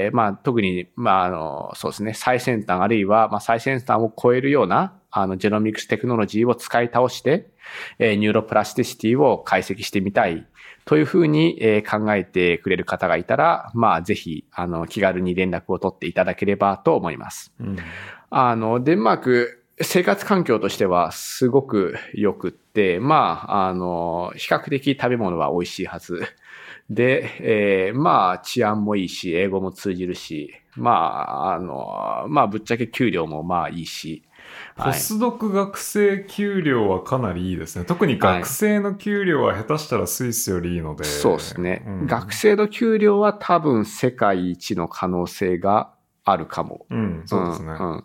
まあ、特に、まあ、そうですね、最先端あるいは、まあ、最先端を超えるような、ジェノミクステクノロジーを使い倒して、ニューロプラスティシティを解析してみたいというふうに、考えてくれる方がいたら、まあ、ぜひ、気軽に連絡を取っていただければと思います。デンマーク、生活環境としてはすごく良くって、まあ、比較的食べ物は美味しいはず。で、まあ、治安もいいし、英語も通じるし、まあ、まあ、ぶっちゃけ給料もまあいいし。 ポスドク学生給料はかなりいいですね。特に学生の給料は下手したらスイスよりいいので。 そうですね。学生の給料は多分世界一の可能性があるかも。 そうですね。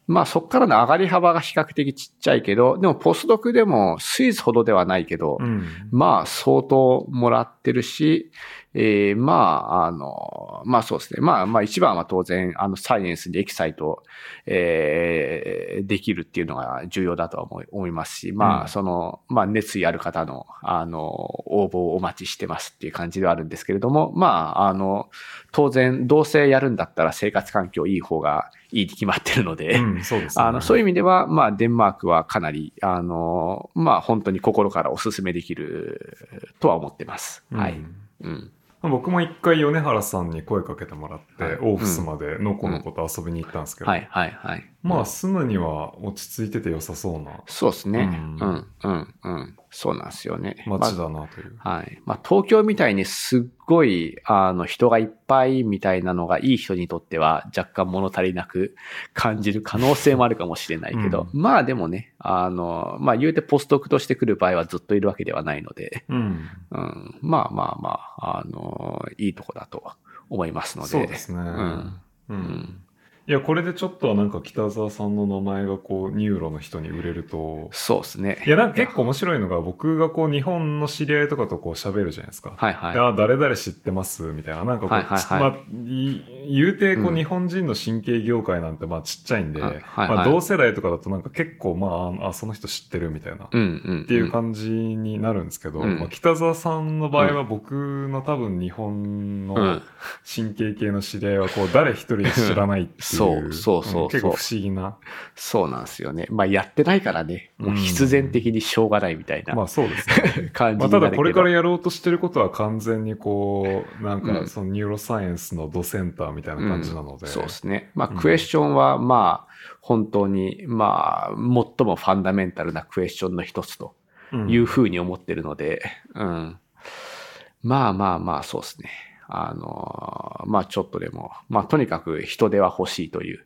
まあそこからの上がり幅が比較的ちっちゃいけど、でもポスドクでもスイスほどではないけど、まあ相当もらってるし、まあそうですね。まあ一番は当然サイエンスにエキサイト、できるっていうのが重要だとは思いますし、まあまあ熱意ある方の応募をお待ちしてますっていう感じではあるんですけれども、まあ当然どうせやるんだったら生活環境いい方がいいに決まってるので、 そうですね、 そういう意味では、まあ、デンマークはかなり、まあ、本当に心からお勧めできるとは思ってます。はい。 僕も一回米原さんに声かけてもらって、オーフスまでのこのこと遊びに行ったんですけど、まあ住むには落ち着いてて良さそうな。 そうですね。そうなんですよね。 街だなという。 はい。まあ東京みたいにすっごい、人がいっぱいみたいなのがいい人にとっては若干物足りなく感じる可能性もあるかもしれないけど、まあでもね、まあ言うてポストクとして来る場合はずっといるわけではないので、まあ、いいとこだと思いますので。 そうですね。いや、これでちょっとなんか北沢さんの名前がこう、ニューロの人に売れると。 そうですね。 いや、なんか結構面白いのが、僕がこう、日本の知り合いとかとこう喋るじゃないですか。誰々知ってますみたいな。なんかこう、まあ、言うて、こう、日本人の神経業界なんてまあちっちゃいんで、まあ同世代とかだとなんか結構まあ、その人知ってるみたいな。っていう感じになるんですけど、まあ、北沢さんの場合は僕の多分日本の神経系の知り合いはこう、誰一人知らないっていう。 そう。 結構不思議な。 そうなんですよね。まあやってないからね、もう必然的にしょうがないみたいな。 まあそうですね。 感じになるけど。まあただこれからやろうとしてることは完全にこう、なんかそのニューロサイエンスのドセンターみたいな感じなので。 そうですね。まあクエスチョンはまあ本当にまあ最もファンダメンタルなクエスチョンの一つというふうに思ってるので、まあそうですね。まあちょっとでも、まあとにかく人手は欲しいという、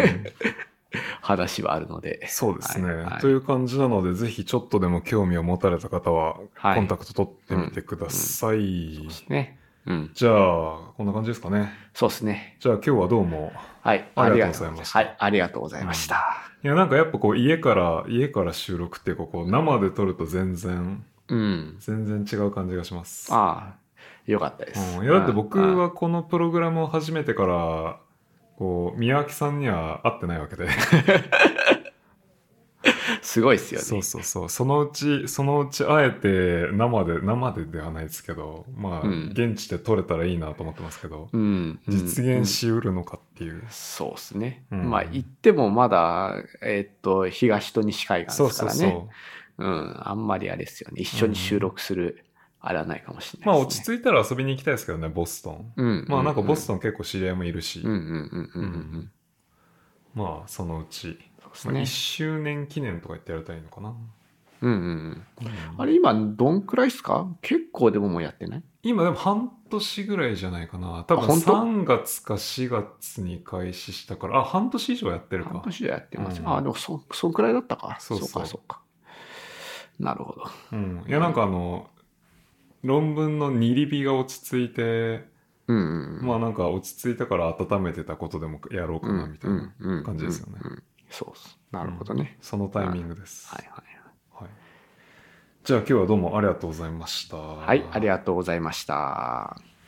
話はあるので。 そうですね。という感じなので、ぜひちょっとでも興味を持たれた方は、コンタクト取ってみてください。 そうですね。 じゃあ、こんな感じですかね。 そうですね。 じゃあ今日はどうも、ありがとうございました。 はい、ありがとうございました。 いや、なんかやっぱこう家から収録っていうか、こう生で撮ると全然違う感じがします。 よかったです。 いや、だって僕はこのプログラムを始めてから、こう、宮脇さんには会ってないわけで。 すごいっすよね。 そう。そのうちあえて生でではないですけど、まあ、現地で撮れたらいいなと思ってますけど、実現しうるのかっていう。 そうですね。まあ、行ってもまだ、東と西海岸ですからね。あんまりあれですよね。一緒に収録する。あれはないかもしれないですね。 まあ落ち着いたら遊びに行きたいですけどね、ボストン。まあなんかボストン結構知り合いもいるし。まあそのうち、1周年記念とか言ってやれたらいいのかな。 あれ今どんくらいですか？結構でももうやってない？ 今でも半年ぐらいじゃないかな。多分3月か4月に開始したから、半年以上やってるか。 半年以上やってます。でもそんくらいだったか。そうか。なるほど。 いやなんか論文の2リビが落ち着いて、まあなんか落ち着いたから温めてたことでもやろうかなみたいな感じですよね。 そうっす。なるほどね。 そのタイミングです。はい。じゃあ今日はどうもありがとうございました。 はい、ありがとうございました。